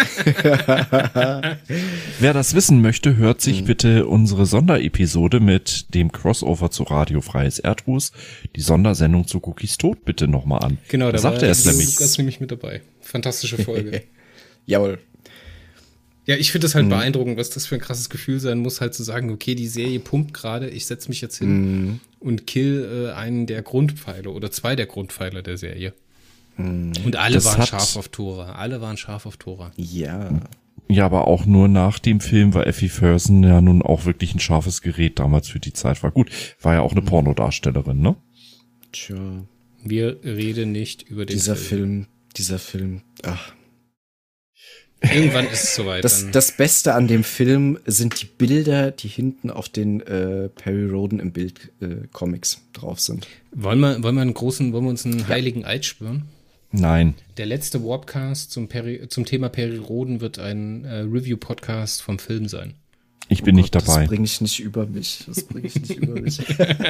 Wer das wissen möchte, hört sich mhm. bitte unsere Sonderepisode mit dem Crossover zu Radio Freies Erdruß, die Sondersendung zu Gookies Tod, bitte nochmal an. Genau, da, da sagt er es Leo nämlich. Lucas nämlich mit dabei. Fantastische Folge. Jawohl. Ja, ich finde das halt mhm. beeindruckend, was das für ein krasses Gefühl sein muss, halt zu sagen, okay, die Serie pumpt gerade, ich setze mich jetzt hin mhm. und kill äh, einen der Grundpfeiler oder zwei der Grundpfeiler der Serie. Mhm. Und alle das waren hat, scharf auf Tora. Alle waren scharf auf Tora. Ja. Ja, aber auch nur nach dem Film, weil Effie Ferguson ja nun auch wirklich ein scharfes Gerät damals für die Zeit war. Gut, war ja auch eine Pornodarstellerin, ne? Tja. Wir reden nicht über den dieser Film. Film. Dieser Film, ach. Irgendwann ist es soweit. Das, dann. das Beste an dem Film sind die Bilder, die hinten auf den äh, Perry Rhodan im Bild äh, Comics drauf sind. Wollen wir, wollen wir einen großen, wollen wir uns einen ja. heiligen Eid schwören? Nein. Der letzte Warpcast zum, Peri, zum Thema Perry Rhodan wird ein äh, Review-Podcast vom Film sein. Ich bin oh nicht Gott, dabei. Das bringe ich nicht über mich. Das bringe ich nicht über mich.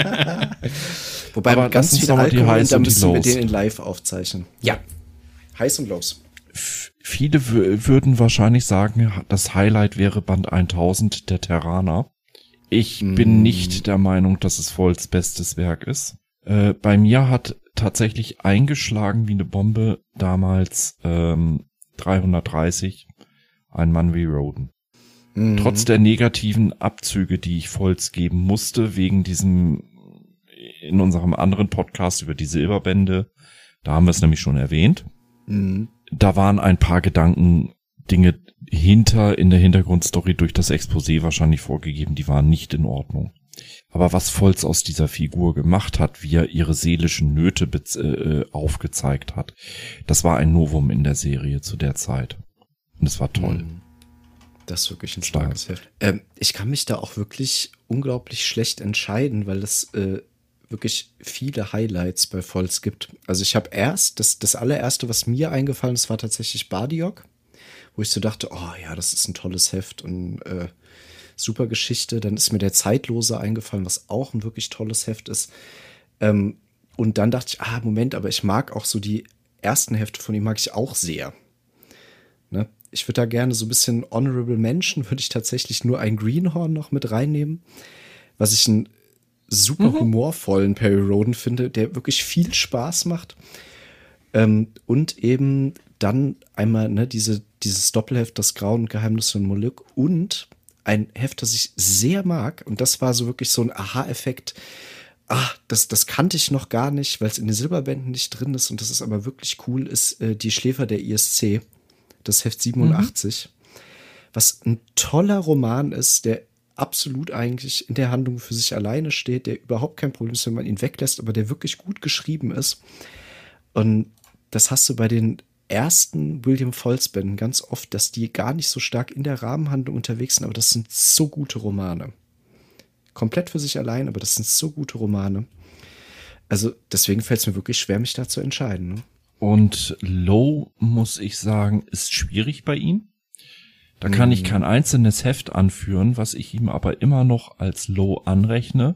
Wobei aber wir ganz viel Alkohol, da müssen wir den in live aufzeichnen. Ja. Highs und Lows. Viele w- würden wahrscheinlich sagen, das Highlight wäre Band tausend der Terraner. Ich mm. bin nicht der Meinung, dass es Volz bestes Werk ist. Äh, bei mir hat tatsächlich eingeschlagen wie eine Bombe damals ähm, dreihundertdreißig, Ein Mann wie Rhodan. Mm. Trotz der negativen Abzüge, die ich Volz geben musste, wegen diesem, in unserem anderen Podcast über die Silberbände, da haben wir es nämlich schon erwähnt. Mm. Da waren ein paar Gedanken, Dinge hinter, in der Hintergrundstory durch das Exposé wahrscheinlich vorgegeben, die waren nicht in Ordnung. Aber was Volz aus dieser Figur gemacht hat, wie er ihre seelischen Nöte bez- äh, aufgezeigt hat, das war ein Novum in der Serie zu der Zeit. Und es war toll. Das ist wirklich ein starkes Heft. Ähm, ich kann mich da auch wirklich unglaublich schlecht entscheiden, weil es äh, wirklich viele Highlights bei Volz gibt. Also ich habe erst, das, das allererste, was mir eingefallen ist, war tatsächlich Bardiok, wo ich so dachte, oh ja, das ist ein tolles Heft und äh, super Geschichte. Dann ist mir der Zeitlose eingefallen, was auch ein wirklich tolles Heft ist. Ähm, und dann dachte ich, ah, Moment, aber ich mag auch so die ersten Hefte von ihm, mag ich auch sehr. Ne? Ich würde da gerne so ein bisschen Honorable Mention, würde ich tatsächlich nur ein Greenhorn noch mit reinnehmen, was ich ein super mhm. humorvollen Perry Rhodan finde, der wirklich viel Spaß macht. Ähm, und eben dann einmal ne, diese, dieses Doppelheft, das Grauen und Geheimnis von Moloch und ein Heft, das ich sehr mag. Und das war so wirklich so ein Aha-Effekt. Ah, das, das kannte ich noch gar nicht, weil es in den Silberbänden nicht drin ist. Und das ist aber wirklich cool, ist äh, Die Schläfer der I S C, das Heft siebenundachtzig. Mhm. Was ein toller Roman ist, der absolut eigentlich in der Handlung für sich alleine steht, der überhaupt kein Problem ist, wenn man ihn weglässt, aber der wirklich gut geschrieben ist. Und das hast du bei den ersten William Volz-Bänden ganz oft, dass die gar nicht so stark in der Rahmenhandlung unterwegs sind, aber das sind so gute Romane. Komplett für sich allein, aber das sind so gute Romane. Also deswegen fällt es mir wirklich schwer, mich da zu entscheiden. Ne? Und Low, muss ich sagen, ist schwierig bei ihm. Da kann ich kein einzelnes Heft anführen, was ich ihm aber immer noch als Low anrechne.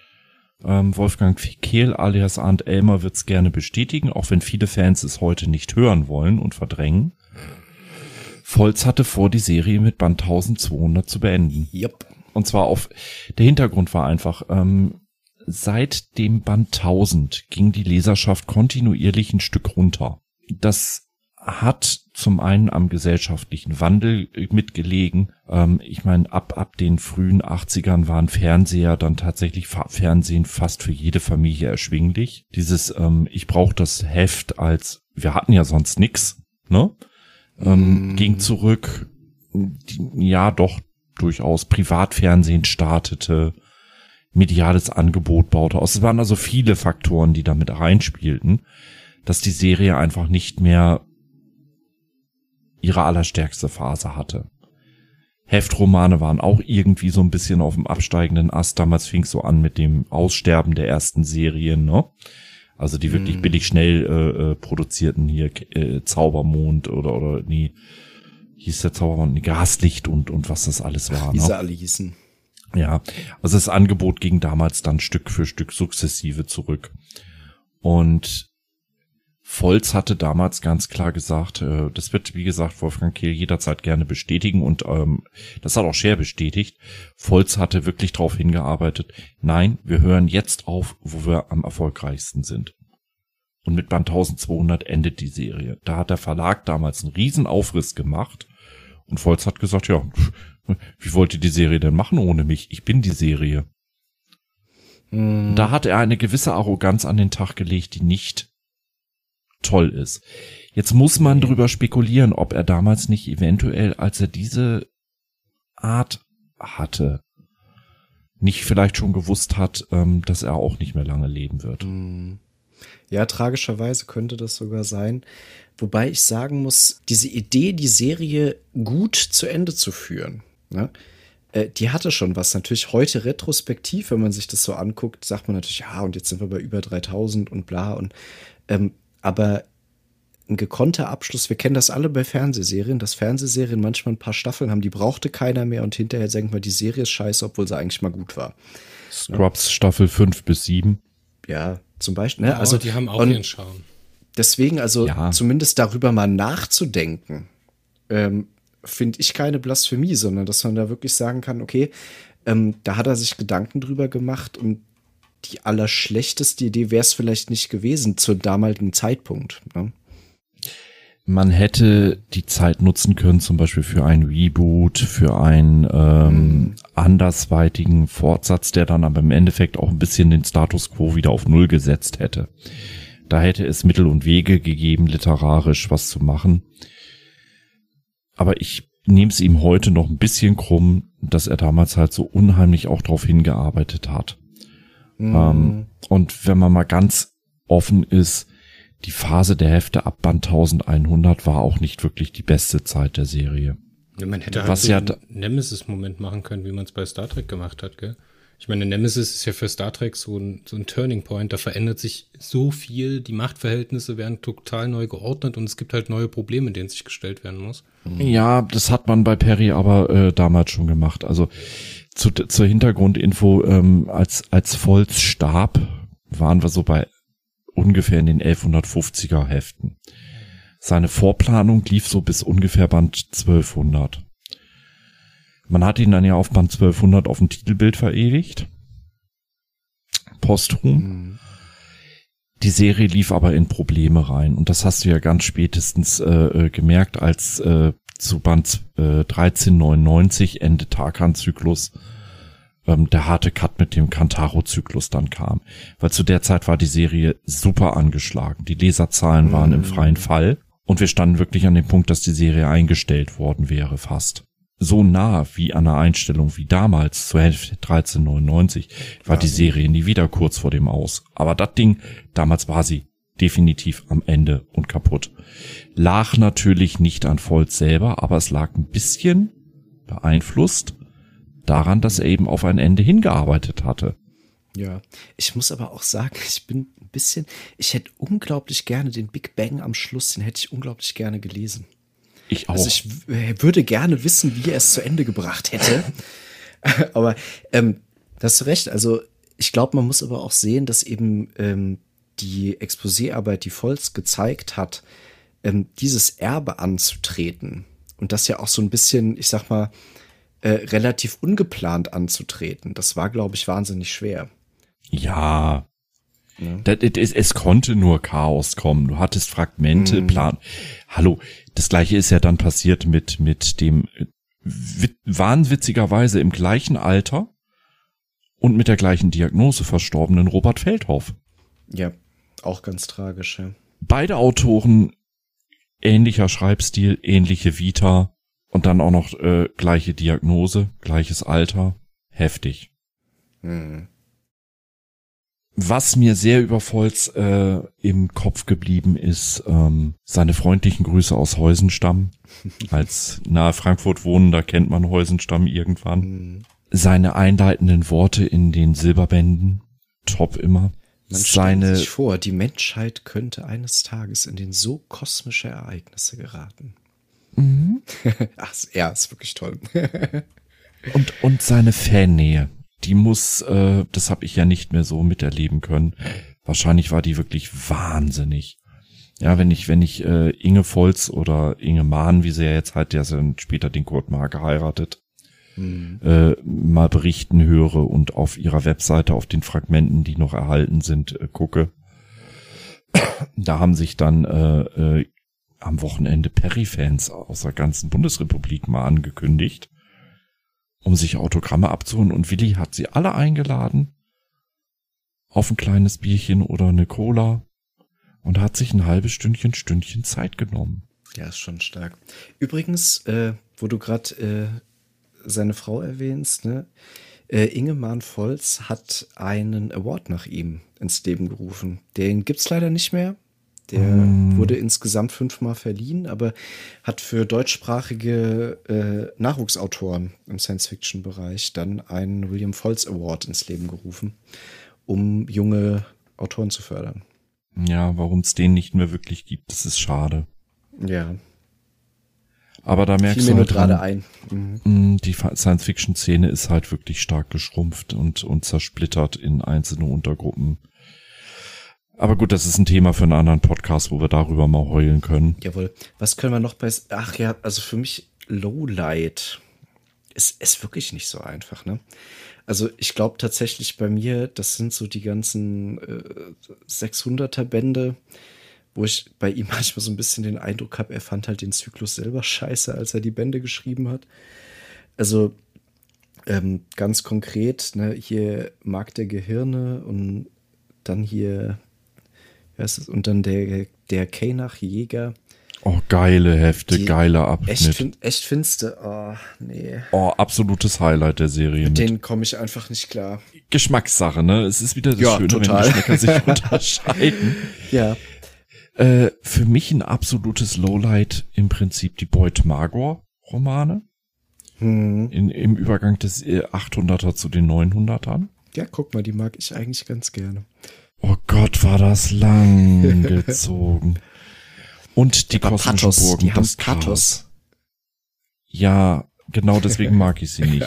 Ähm, Wolfgang Kehl alias Arndt Elmer wird's gerne bestätigen, auch wenn viele Fans es heute nicht hören wollen und verdrängen. Volz hatte vor, die Serie mit Band zwölfhundert zu beenden. Yep. Und zwar auf, der Hintergrund war einfach, ähm, seit dem Band tausend ging die Leserschaft kontinuierlich ein Stück runter. Das hat zum einen am gesellschaftlichen Wandel mitgelegen. Ähm, ich meine, ab ab den frühen achtzigern waren Fernseher dann tatsächlich Fa- Fernsehen fast für jede Familie erschwinglich. Dieses, ähm, ich brauche das Heft als, wir hatten ja sonst nix, ne? Ähm, mm. Ging zurück, die, ja doch, durchaus Privatfernsehen startete, mediales Angebot baute aus. Es waren also viele Faktoren, die damit reinspielten, dass die Serie einfach nicht mehr ihre allerstärkste Phase hatte. Heftromane waren auch irgendwie so ein bisschen auf dem absteigenden Ast. Damals fing es so an mit dem Aussterben der ersten Serien, ne? Also die wirklich mm. billig schnell äh, produzierten hier äh, Zaubermond oder oder nee, hieß der Zaubermond, nee, Gaslicht und und was das alles war. Wie ne? sie alle hießen. Ja, also das Angebot ging damals dann Stück für Stück sukzessive zurück. Und Volz hatte damals ganz klar gesagt, äh, das wird, wie gesagt, Wolfgang Kehl jederzeit gerne bestätigen und ähm, das hat auch Scher bestätigt. Volz hatte wirklich darauf hingearbeitet, nein, wir hören jetzt auf, wo wir am erfolgreichsten sind. Und mit Band zwölfhundert endet die Serie. Da hat der Verlag damals einen riesen Aufriss gemacht und Volz hat gesagt, ja, wie wollt ihr die Serie denn machen ohne mich? Ich bin die Serie. Hm. Da hat er eine gewisse Arroganz an den Tag gelegt, die nicht toll ist. Jetzt muss man drüber spekulieren, ob er damals nicht eventuell, als er diese Art hatte, nicht vielleicht schon gewusst hat, ähm, dass er auch nicht mehr lange leben wird. Ja, tragischerweise könnte das sogar sein. Wobei ich sagen muss, diese Idee, die Serie gut zu Ende zu führen, ne, äh, die hatte schon was. Natürlich heute retrospektiv, wenn man sich das so anguckt, sagt man natürlich, ja, und jetzt sind wir bei über dreitausend und bla. Und ähm, aber ein gekonnter Abschluss, wir kennen das alle bei Fernsehserien, dass Fernsehserien manchmal ein paar Staffeln haben, die brauchte keiner mehr und hinterher denkt man, die Serie ist scheiße, obwohl sie eigentlich mal gut war. Scrubs ja. Staffel fünf bis sieben. Ja, zum Beispiel. Ne? Oh, also die haben auch ihren Charme. Deswegen, also ja. zumindest darüber mal nachzudenken, ähm, finde ich keine Blasphemie, sondern dass man da wirklich sagen kann, okay, ähm, da hat er sich Gedanken drüber gemacht und die allerschlechteste Idee wäre es vielleicht nicht gewesen zum damaligen Zeitpunkt. Ne? Man hätte die Zeit nutzen können, zum Beispiel für ein Reboot, für einen ähm, mhm. andersweitigen Fortsatz, der dann aber im Endeffekt auch ein bisschen den Status quo wieder auf Null gesetzt hätte. Da hätte es Mittel und Wege gegeben, literarisch was zu machen. Aber ich nehme es ihm heute noch ein bisschen krumm, dass er damals halt so unheimlich auch darauf hingearbeitet hat. Mhm. Ähm, und wenn man mal ganz offen ist, die Phase der Hefte ab Band elfhundert war auch nicht wirklich die beste Zeit der Serie. Ja, man hätte halt Was so ja einen Nemesis-Moment machen können, wie man es bei Star Trek gemacht hat, gell? Ich meine, Nemesis ist ja für Star Trek so ein, so ein Turning Point, da verändert sich so viel, die Machtverhältnisse werden total neu geordnet und es gibt halt neue Probleme, denen sich gestellt werden muss. Ja, das hat man bei Perry aber äh, damals schon gemacht. Also zu, zur Hintergrundinfo, ähm, als als Volz starb, waren wir so bei ungefähr in den elfhundertfünfziger Heften. Seine Vorplanung lief so bis ungefähr Band zwölfhundert. Man hat ihn dann ja auf Band zwölfhundert auf dem Titelbild verewigt. Posthum. Mhm. Die Serie lief aber in Probleme rein. Und das hast du ja ganz spätestens äh, gemerkt, als äh, zu Band äh, dreizehnhundertneunundneunzig, Ende Tarkan-Zyklus, ähm, der harte Cut mit dem Kantaro-Zyklus dann kam. Weil zu der Zeit war die Serie super angeschlagen. Die Leserzahlen mhm. waren im freien Fall. Und wir standen wirklich an dem Punkt, dass die Serie eingestellt worden wäre fast. So nah wie an einer Einstellung wie damals zur Hälfte dreizehnhundertneunundneunzig war ja, die Serie nie wieder kurz vor dem Aus. Aber das Ding, damals war sie definitiv am Ende und kaputt. Lag natürlich nicht an Volz selber, aber es lag ein bisschen beeinflusst daran, dass er eben auf ein Ende hingearbeitet hatte. Ja, ich muss aber auch sagen, ich bin ein bisschen, ich hätte unglaublich gerne den Big Bang am Schluss, den hätte ich unglaublich gerne gelesen. Ich auch. Also ich w- würde gerne wissen, wie er es zu Ende gebracht hätte. Aber ähm, da hast du recht. Also ich glaube, man muss aber auch sehen, dass eben ähm, die Exposéarbeit, die Volz gezeigt hat, ähm, dieses Erbe anzutreten und das ja auch so ein bisschen, ich sag mal, äh, relativ ungeplant anzutreten. Das war, glaube ich, wahnsinnig schwer. Ja. Ja. Das, es, es konnte nur Chaos kommen. Du hattest Fragmente, Mhm. Plan. Hallo, das gleiche ist ja dann passiert mit, mit dem wit- wahnwitzigerweise im gleichen Alter und mit der gleichen Diagnose verstorbenen Robert Feldhoff. Ja, auch ganz tragisch, ja. Beide Autoren, ähnlicher Schreibstil, ähnliche Vita und dann auch noch äh, gleiche Diagnose, gleiches Alter. Heftig. Mhm. Was mir sehr über Volz äh, im Kopf geblieben ist, ähm, seine freundlichen Grüße aus Heusenstamm. Als nahe Frankfurt Wohnender kennt man Heusenstamm irgendwann. Mhm. Seine einleitenden Worte in den Silberbänden, top immer. Man Seine stellt sich vor, die Menschheit könnte eines Tages in den so kosmische Ereignisse geraten. Mhm. Ach, ja, ist wirklich toll. und und seine Fannähe, die muss, äh, das habe ich ja nicht mehr so miterleben können. Wahrscheinlich war die wirklich wahnsinnig. Ja, wenn ich wenn ich äh, Inge Volz oder Inge Mahn, wie sie ja jetzt halt, der ist dann später den Kurt Maar geheiratet, Mhm. äh, mal berichten höre und auf ihrer Webseite auf den Fragmenten, die noch erhalten sind, äh, gucke. Da haben sich dann äh, äh, am Wochenende Perry-Fans aus der ganzen Bundesrepublik mal angekündigt, um sich Autogramme abzuholen, und Willi hat sie alle eingeladen auf ein kleines Bierchen oder eine Cola und hat sich ein halbes Stündchen, Stündchen Zeit genommen. Ja, ist schon stark. Übrigens, äh, wo du gerade äh, seine Frau erwähnst, ne? Äh, Inge Mahn Volz hat einen Award nach ihm ins Leben gerufen. Den gibt's leider nicht mehr. Der Mm. wurde insgesamt fünfmal verliehen, aber hat für deutschsprachige äh, Nachwuchsautoren im Science-Fiction-Bereich dann einen William Volz Award ins Leben gerufen, um junge Autoren zu fördern. Ja, warum es den nicht mehr wirklich gibt, das ist schade. Ja, Aber da merkst fiel du mir nur halt gerade dran, ein. Mhm. mh, die Fa- Science-Fiction-Szene ist halt wirklich stark geschrumpft und, und zersplittert in einzelne Untergruppen. Aber gut, das ist ein Thema für einen anderen Podcast, wo wir darüber mal heulen können. Jawohl. Was können wir noch bei... Ach ja, also für mich Lowlight ist, ist wirklich nicht so einfach, ne? Also ich glaube tatsächlich bei mir, das sind so die ganzen äh, sechshunderter Bände, wo ich bei ihm manchmal so ein bisschen den Eindruck habe, er fand halt den Zyklus selber scheiße, als er die Bände geschrieben hat. Also ähm, ganz konkret, ne, hier Markt der Gehirne und dann hier, wie heißt es, und dann der, der Kainach-Jäger. Oh, geile Hefte, Die- geiler Abschnitt. Echt, fin echt finste. Oh, nee. Oh, absolutes Highlight der Serie. Mit Mit denen komme ich einfach nicht klar. Geschmackssache, ne? Es ist wieder das Ja, Schöne, total. wenn Geschmäcker sich unterscheiden. Ja. Äh, für mich ein absolutes Lowlight im Prinzip die Boyd Magor Romane. Hm. In, im Übergang des äh, achthunderter zu den neunhundertern. Ja, guck mal, die mag ich eigentlich ganz gerne. Oh Gott, war das lang gezogen. Und die Aber kosmischen Pathos, Burgen, die haben das Pathos. Chaos. Ja, genau deswegen mag ich sie nicht.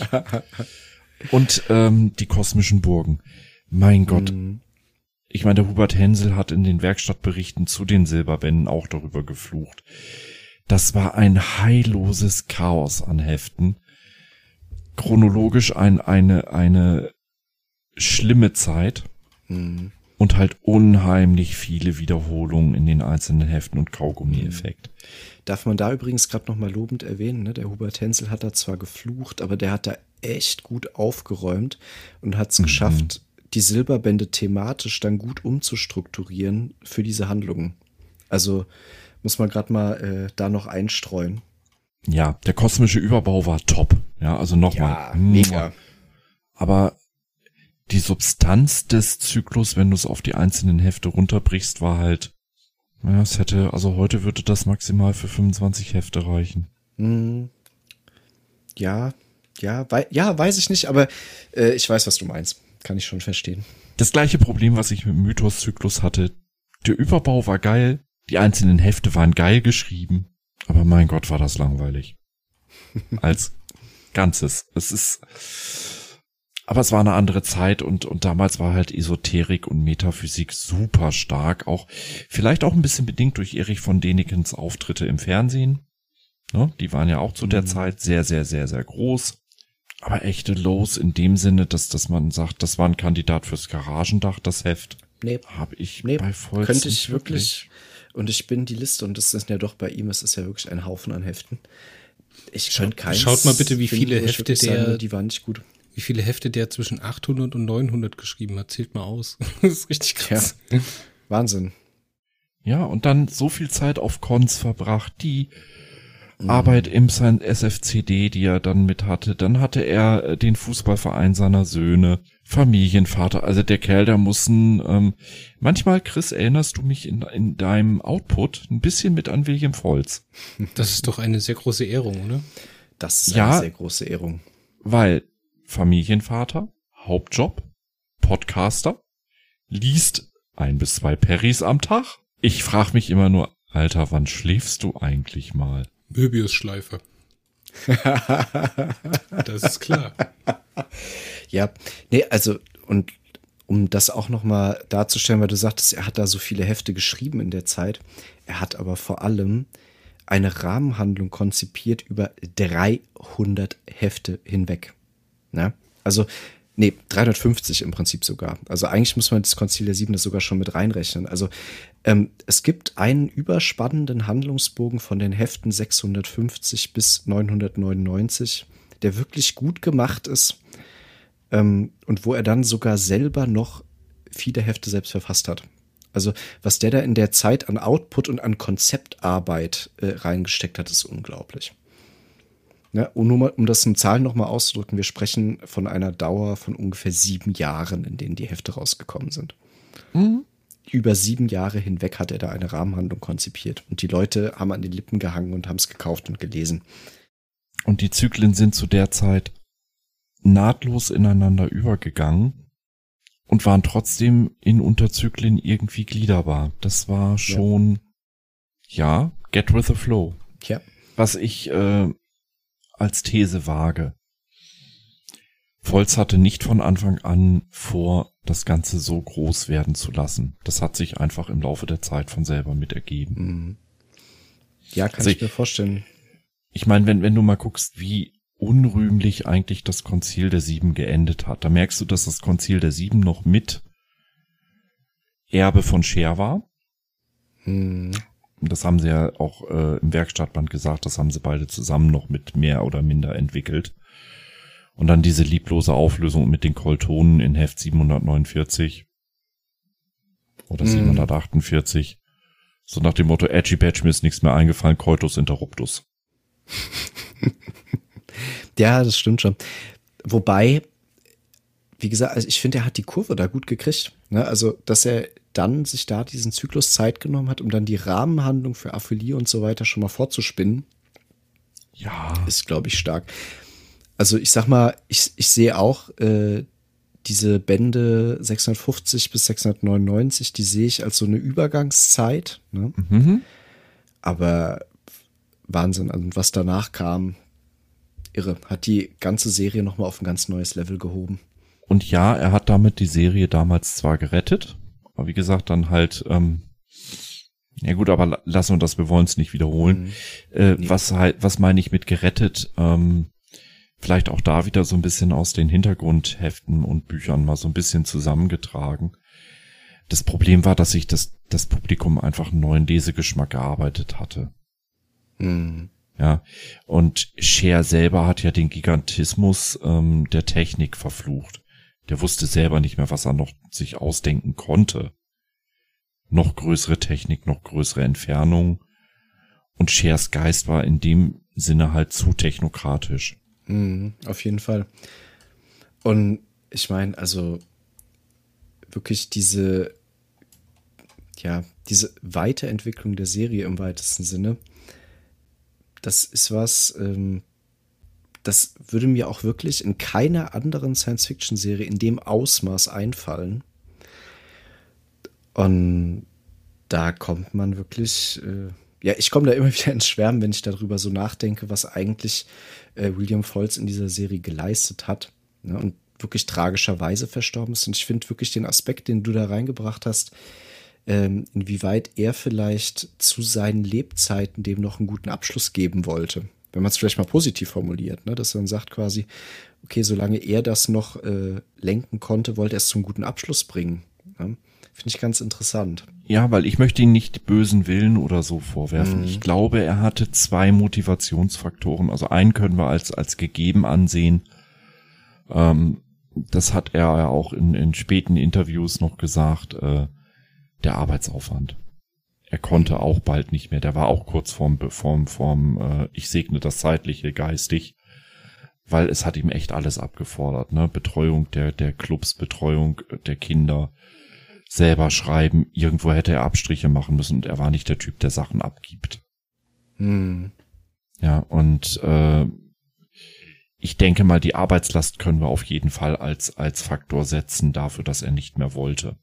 Und ähm, die kosmischen Burgen. Mein Gott. Hm. Ich meine, der Hubert Hensel hat in den Werkstattberichten zu den Silberbänden auch darüber geflucht. Das war ein heilloses Chaos an Heften. Chronologisch ein, eine, eine schlimme Zeit. Hm. Und halt unheimlich viele Wiederholungen in den einzelnen Heften und Kaugummi-Effekt. Darf man da übrigens gerade noch mal lobend erwähnen, ne? Der Hubert Hensel hat da zwar geflucht, aber der hat da echt gut aufgeräumt und hat es Mhm. geschafft, die Silberbände thematisch dann gut umzustrukturieren für diese Handlungen. Also muss man gerade mal äh, da noch einstreuen. Ja, der kosmische Überbau war top. Ja, also nochmal. Aber die Substanz des Zyklus, wenn du es auf die einzelnen Hefte runterbrichst, war halt, ja, es hätte, also heute würde das maximal für fünfundzwanzig Hefte reichen. Hm. Ja, ja, wei ja, weiß ich nicht, aber äh, ich weiß, was du meinst. Kann ich schon verstehen. Das gleiche Problem, was ich mit dem Mythos-Zyklus hatte. Der Überbau war geil, die einzelnen Hefte waren geil geschrieben, aber mein Gott, war das langweilig. Als Ganzes. Es ist, aber es war eine andere Zeit und, und damals war halt Esoterik und Metaphysik super stark, auch, vielleicht auch ein bisschen bedingt durch Erich von Dänikens Auftritte im Fernsehen. Ne? Die waren ja auch zu der Mhm. Zeit sehr, sehr, sehr, sehr groß. Aber echte Lows in dem Sinne, dass, dass man sagt, das war ein Kandidat fürs Garagendach, das Heft. Nee, Habe ich nee, bei Volz könnte nicht ich wirklich, und ich bin die Liste, und das ist ja doch bei ihm, es ist ja wirklich ein Haufen an Heften. Ich Schaut- könnte keins schaut mal bitte, wie finden, viele wo ich Hefte wirklich sagen der- würde, die waren nicht gut. Wie viele Hefte der zwischen achthundert und neunhundert geschrieben hat, zählt mal aus. Das ist richtig krass. Wahnsinn. Ja, und dann so viel Zeit auf Cons verbracht, die Arbeit im sein S F C D, die er dann mit hatte. Dann hatte er äh, den Fußballverein seiner Söhne, Familienvater. Also der Kerl, der muss ein, ähm, manchmal, Chris, erinnerst du mich in, in deinem Output ein bisschen mit an William Volz. Das ist doch eine sehr große Ehrung, oder? Das ist Ja. eine sehr große Ehrung. Weil Familienvater, Hauptjob, Podcaster, liest ein bis zwei Perries am Tag. Ich frage mich immer nur, Alter, wann schläfst du eigentlich mal? Möbius-Schleife. Das ist klar. Ja, nee, also, und um das auch nochmal darzustellen, weil du sagtest, er hat da so viele Hefte geschrieben in der Zeit. Er hat aber vor allem eine Rahmenhandlung konzipiert über dreihundert Hefte hinweg. Ne? Also, nee, dreihundertfünfzig im Prinzip sogar. Also eigentlich muss man das Konzil der Sieben das sogar schon mit reinrechnen. Also ähm, es gibt einen überspannenden Handlungsbogen von den Heften sechshundertfünfzig bis neunhundertneunundneunzig, der wirklich gut gemacht ist ähm, und wo er dann sogar selber noch viele Hefte selbst verfasst hat. Also was der da in der Zeit an Output und an Konzeptarbeit äh, reingesteckt hat, ist unglaublich. Ja, und nur mal, um das in Zahlen nochmal auszudrücken, wir sprechen von einer Dauer von ungefähr sieben Jahren, in denen die Hefte rausgekommen sind. Mhm. Über sieben Jahre hinweg hat er da eine Rahmenhandlung konzipiert. Und die Leute haben an den Lippen gehangen und haben es gekauft und gelesen. Und die Zyklen sind zu der Zeit nahtlos ineinander übergegangen und waren trotzdem in Unterzyklen irgendwie gliederbar. Das war schon, ja, ja get with the flow. Ja. Was ich äh, als These wage. Volz hatte nicht von Anfang an vor, das Ganze so groß werden zu lassen. Das hat sich einfach im Laufe der Zeit von selber mit ergeben. Mhm. Ja, kann Also ich mir vorstellen. Ich meine, wenn, wenn du mal guckst, wie unrühmlich eigentlich das Konzil der Sieben geendet hat, da merkst du, dass das Konzil der Sieben noch mit Erbe von Scher war. Mhm. Das haben sie ja auch äh, im Werkstattband gesagt, das haben sie beide zusammen noch mit mehr oder minder entwickelt. Und dann diese lieblose Auflösung mit den Koltonen in Heft siebenhundertneunundvierzig oder Mhm. siebenhundertachtundvierzig. So nach dem Motto, Edgy Badge, mir ist nichts mehr eingefallen, Coitus Interruptus. Ja, das stimmt schon. Wobei, wie gesagt, also ich finde, er hat die Kurve da gut gekriegt. Ne? Also, dass er dann sich da diesen Zyklus Zeit genommen hat, um dann die Rahmenhandlung für Aphilie und so weiter schon mal vorzuspinnen, Ja. ist, glaube ich, stark. Also ich sag mal, ich, ich sehe auch äh, diese Bände sechshundertfünfzig bis sechshundertneunundneunzig, die sehe ich als so eine Übergangszeit. Ne? Mhm. Aber Wahnsinn, also was danach kam, irre. Hat die ganze Serie nochmal auf ein ganz neues Level gehoben. Und ja, er hat damit die Serie damals zwar gerettet, aber wie gesagt, dann halt, ähm, ja gut, aber la- lassen wir das, wir wollen es nicht wiederholen. Mhm. Äh, Nee. was halt, was meine ich mit gerettet? Ähm, vielleicht auch da wieder so ein bisschen aus den Hintergrundheften und Büchern mal so ein bisschen zusammengetragen. Das Problem war, dass sich das, das Publikum einfach einen neuen Lesegeschmack erarbeitet hatte. Mhm. Ja, und Scher selber hat ja den Gigantismus ähm, der Technik verflucht. Der wusste selber nicht mehr, was er noch sich ausdenken konnte. Noch größere Technik, noch größere Entfernung. Und Schers Geist war in dem Sinne halt zu technokratisch. Mhm, auf jeden Fall. Und ich meine, also wirklich diese, ja, diese Weiterentwicklung der Serie im weitesten Sinne, das ist was, ähm, das würde mir auch wirklich in keiner anderen Science-Fiction-Serie in dem Ausmaß einfallen. Und da kommt man wirklich, äh, ja, ich komme da immer wieder ins Schwärmen, wenn ich darüber so nachdenke, was eigentlich äh, William Volz in dieser Serie geleistet hat, ne, und wirklich tragischerweise verstorben ist. Und ich finde wirklich den Aspekt, den du da reingebracht hast, ähm, inwieweit er vielleicht zu seinen Lebzeiten dem noch einen guten Abschluss geben wollte. Wenn man es vielleicht mal positiv formuliert, ne? Dass er dann sagt quasi, okay, solange er das noch äh, lenken konnte, wollte er es zum guten Abschluss bringen. Ne? Finde ich ganz interessant. Ja, weil ich möchte ihn nicht bösen Willen oder so vorwerfen. Mhm. Ich glaube, er hatte zwei Motivationsfaktoren. Also einen können wir als als gegeben ansehen. Ähm, das hat er ja auch in, in späten Interviews noch gesagt, äh, der Arbeitsaufwand. Er konnte auch bald nicht mehr. Der war auch kurz vorm, vorm, vorm äh, ich segne das Zeitliche geistig, weil es hat ihm echt alles abgefordert. Ne? Betreuung der, der Clubs, Betreuung der Kinder, selber schreiben. Irgendwo hätte er Abstriche machen müssen und er war nicht der Typ, der Sachen abgibt. Hm. Ja, und äh, ich denke mal, die Arbeitslast können wir auf jeden Fall als als Faktor setzen dafür, dass er nicht mehr wollte.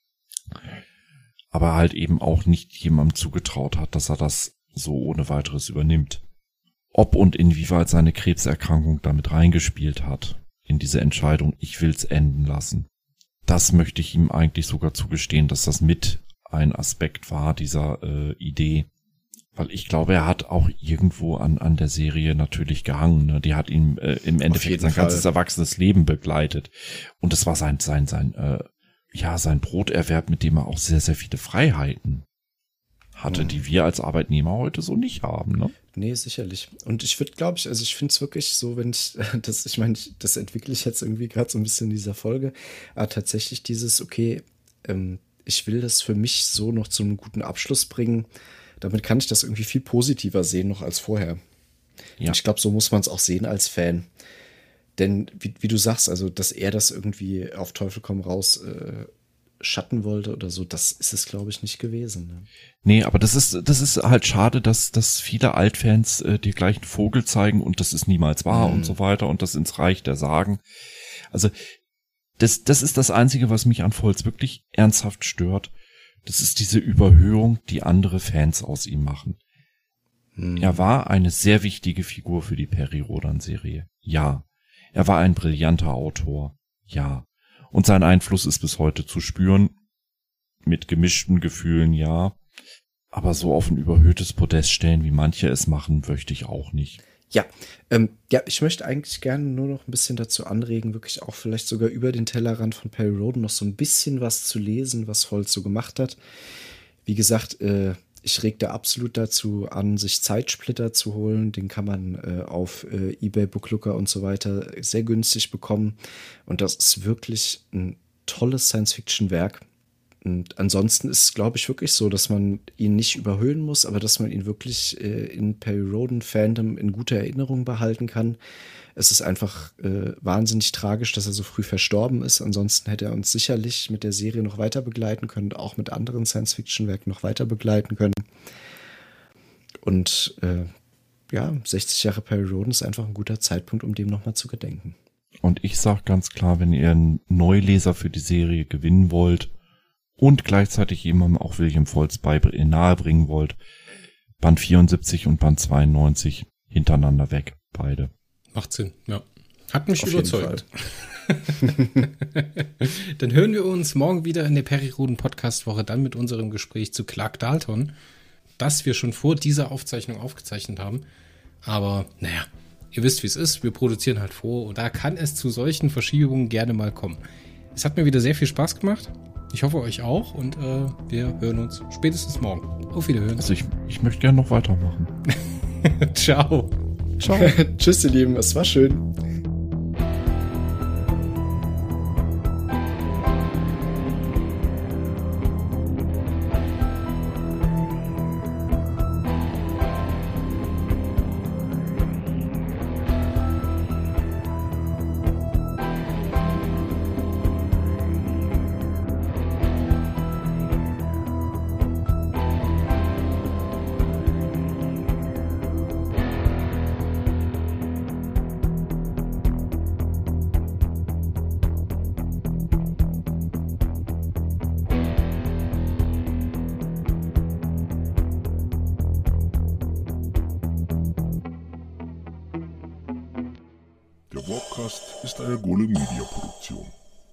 Aber halt eben auch nicht jemandem zugetraut hat, dass er das so ohne weiteres übernimmt. Ob und inwieweit seine Krebserkrankung damit reingespielt hat in diese Entscheidung, ich will's enden lassen. Das möchte ich ihm eigentlich sogar zugestehen, dass das mit ein Aspekt war dieser äh, Idee. Weil ich glaube, er hat auch irgendwo an an der Serie natürlich gehangen. Ne? Die hat ihm äh, im Endeffekt sein Fall. ganzes erwachsenes Leben begleitet. Und das war sein, sein, sein, äh, ja, sein Broterwerb, mit dem er auch sehr, sehr viele Freiheiten hatte, mhm. die wir als Arbeitnehmer heute so nicht haben. Ne? Nee, sicherlich. Und ich würde, glaube ich, also ich finde es wirklich so, wenn ich, das, ich meine, das entwickle ich jetzt irgendwie gerade so ein bisschen in dieser Folge, aber tatsächlich dieses, okay, ähm, ich will das für mich so noch zu einem guten Abschluss bringen. Damit kann ich das irgendwie viel positiver sehen noch als vorher. Ja. Und ich glaube, so muss man es auch sehen als Fan. Denn wie, wie du sagst, also dass er das irgendwie auf Teufel komm raus äh, schatten wollte oder so, das ist es, glaube ich, nicht gewesen. Ne? Nee, aber das ist das ist halt schade, dass dass viele Altfans äh, dir gleich einen Vogel zeigen und das ist niemals wahr mhm. und so weiter und das ins Reich der Sagen. Also das das ist das Einzige, was mich an Volz wirklich ernsthaft stört. Das ist diese Überhöhung, die andere Fans aus ihm machen. Hm. Er war eine sehr wichtige Figur für die Peri-Rodan-Serie. Ja. Er war ein brillanter Autor. Ja. Und sein Einfluss ist bis heute zu spüren. Mit gemischten Gefühlen, ja. Aber so auf ein überhöhtes Podest stellen, wie manche es machen, möchte ich auch nicht. Ja, ähm, ja, ich möchte eigentlich gerne nur noch ein bisschen dazu anregen, wirklich auch vielleicht sogar über den Tellerrand von Peri-Rodan noch so ein bisschen was zu lesen, was Holz so gemacht hat. Wie gesagt, äh, ich reg da absolut dazu an, sich Zeitsplitter zu holen. Den kann man äh, auf äh, eBay, Booklooker und so weiter sehr günstig bekommen. Und das ist wirklich ein tolles Science-Fiction-Werk. Und ansonsten ist es, glaube ich, wirklich so, dass man ihn nicht überhöhen muss, aber dass man ihn wirklich äh, in Peri-Rodan-Fandom in guter Erinnerung behalten kann. Es ist einfach äh, wahnsinnig tragisch, dass er so früh verstorben ist. Ansonsten hätte er uns sicherlich mit der Serie noch weiter begleiten können, auch mit anderen Science-Fiction-Werken noch weiter begleiten können. Und äh, ja, sechzig Jahre Peri-Rodan ist einfach ein guter Zeitpunkt, um dem nochmal zu gedenken. Und ich sage ganz klar, wenn ihr einen Neuleser für die Serie gewinnen wollt, und gleichzeitig jemandem auch William Volz nahebringen wollt, Band vierundsiebzig und Band zweiundneunzig hintereinander weg, beide. Macht Sinn, ja. Hat mich Auf überzeugt. Dann hören wir uns morgen wieder in der Peri-Rodan-Podcast-Woche, dann mit unserem Gespräch zu Clark Dalton, das wir schon vor dieser Aufzeichnung aufgezeichnet haben. Aber naja, ihr wisst, wie es ist, wir produzieren halt vor und da kann es zu solchen Verschiebungen gerne mal kommen. Es hat mir wieder sehr viel Spaß gemacht. Ich hoffe, euch auch und äh, wir hören uns spätestens morgen. Auf Wiederhören. Also ich, ich möchte gerne noch weitermachen. Ciao. Ciao. Tschüss, ihr Lieben. Es war schön. Der Warpcast ist eine Golem Media Produktion.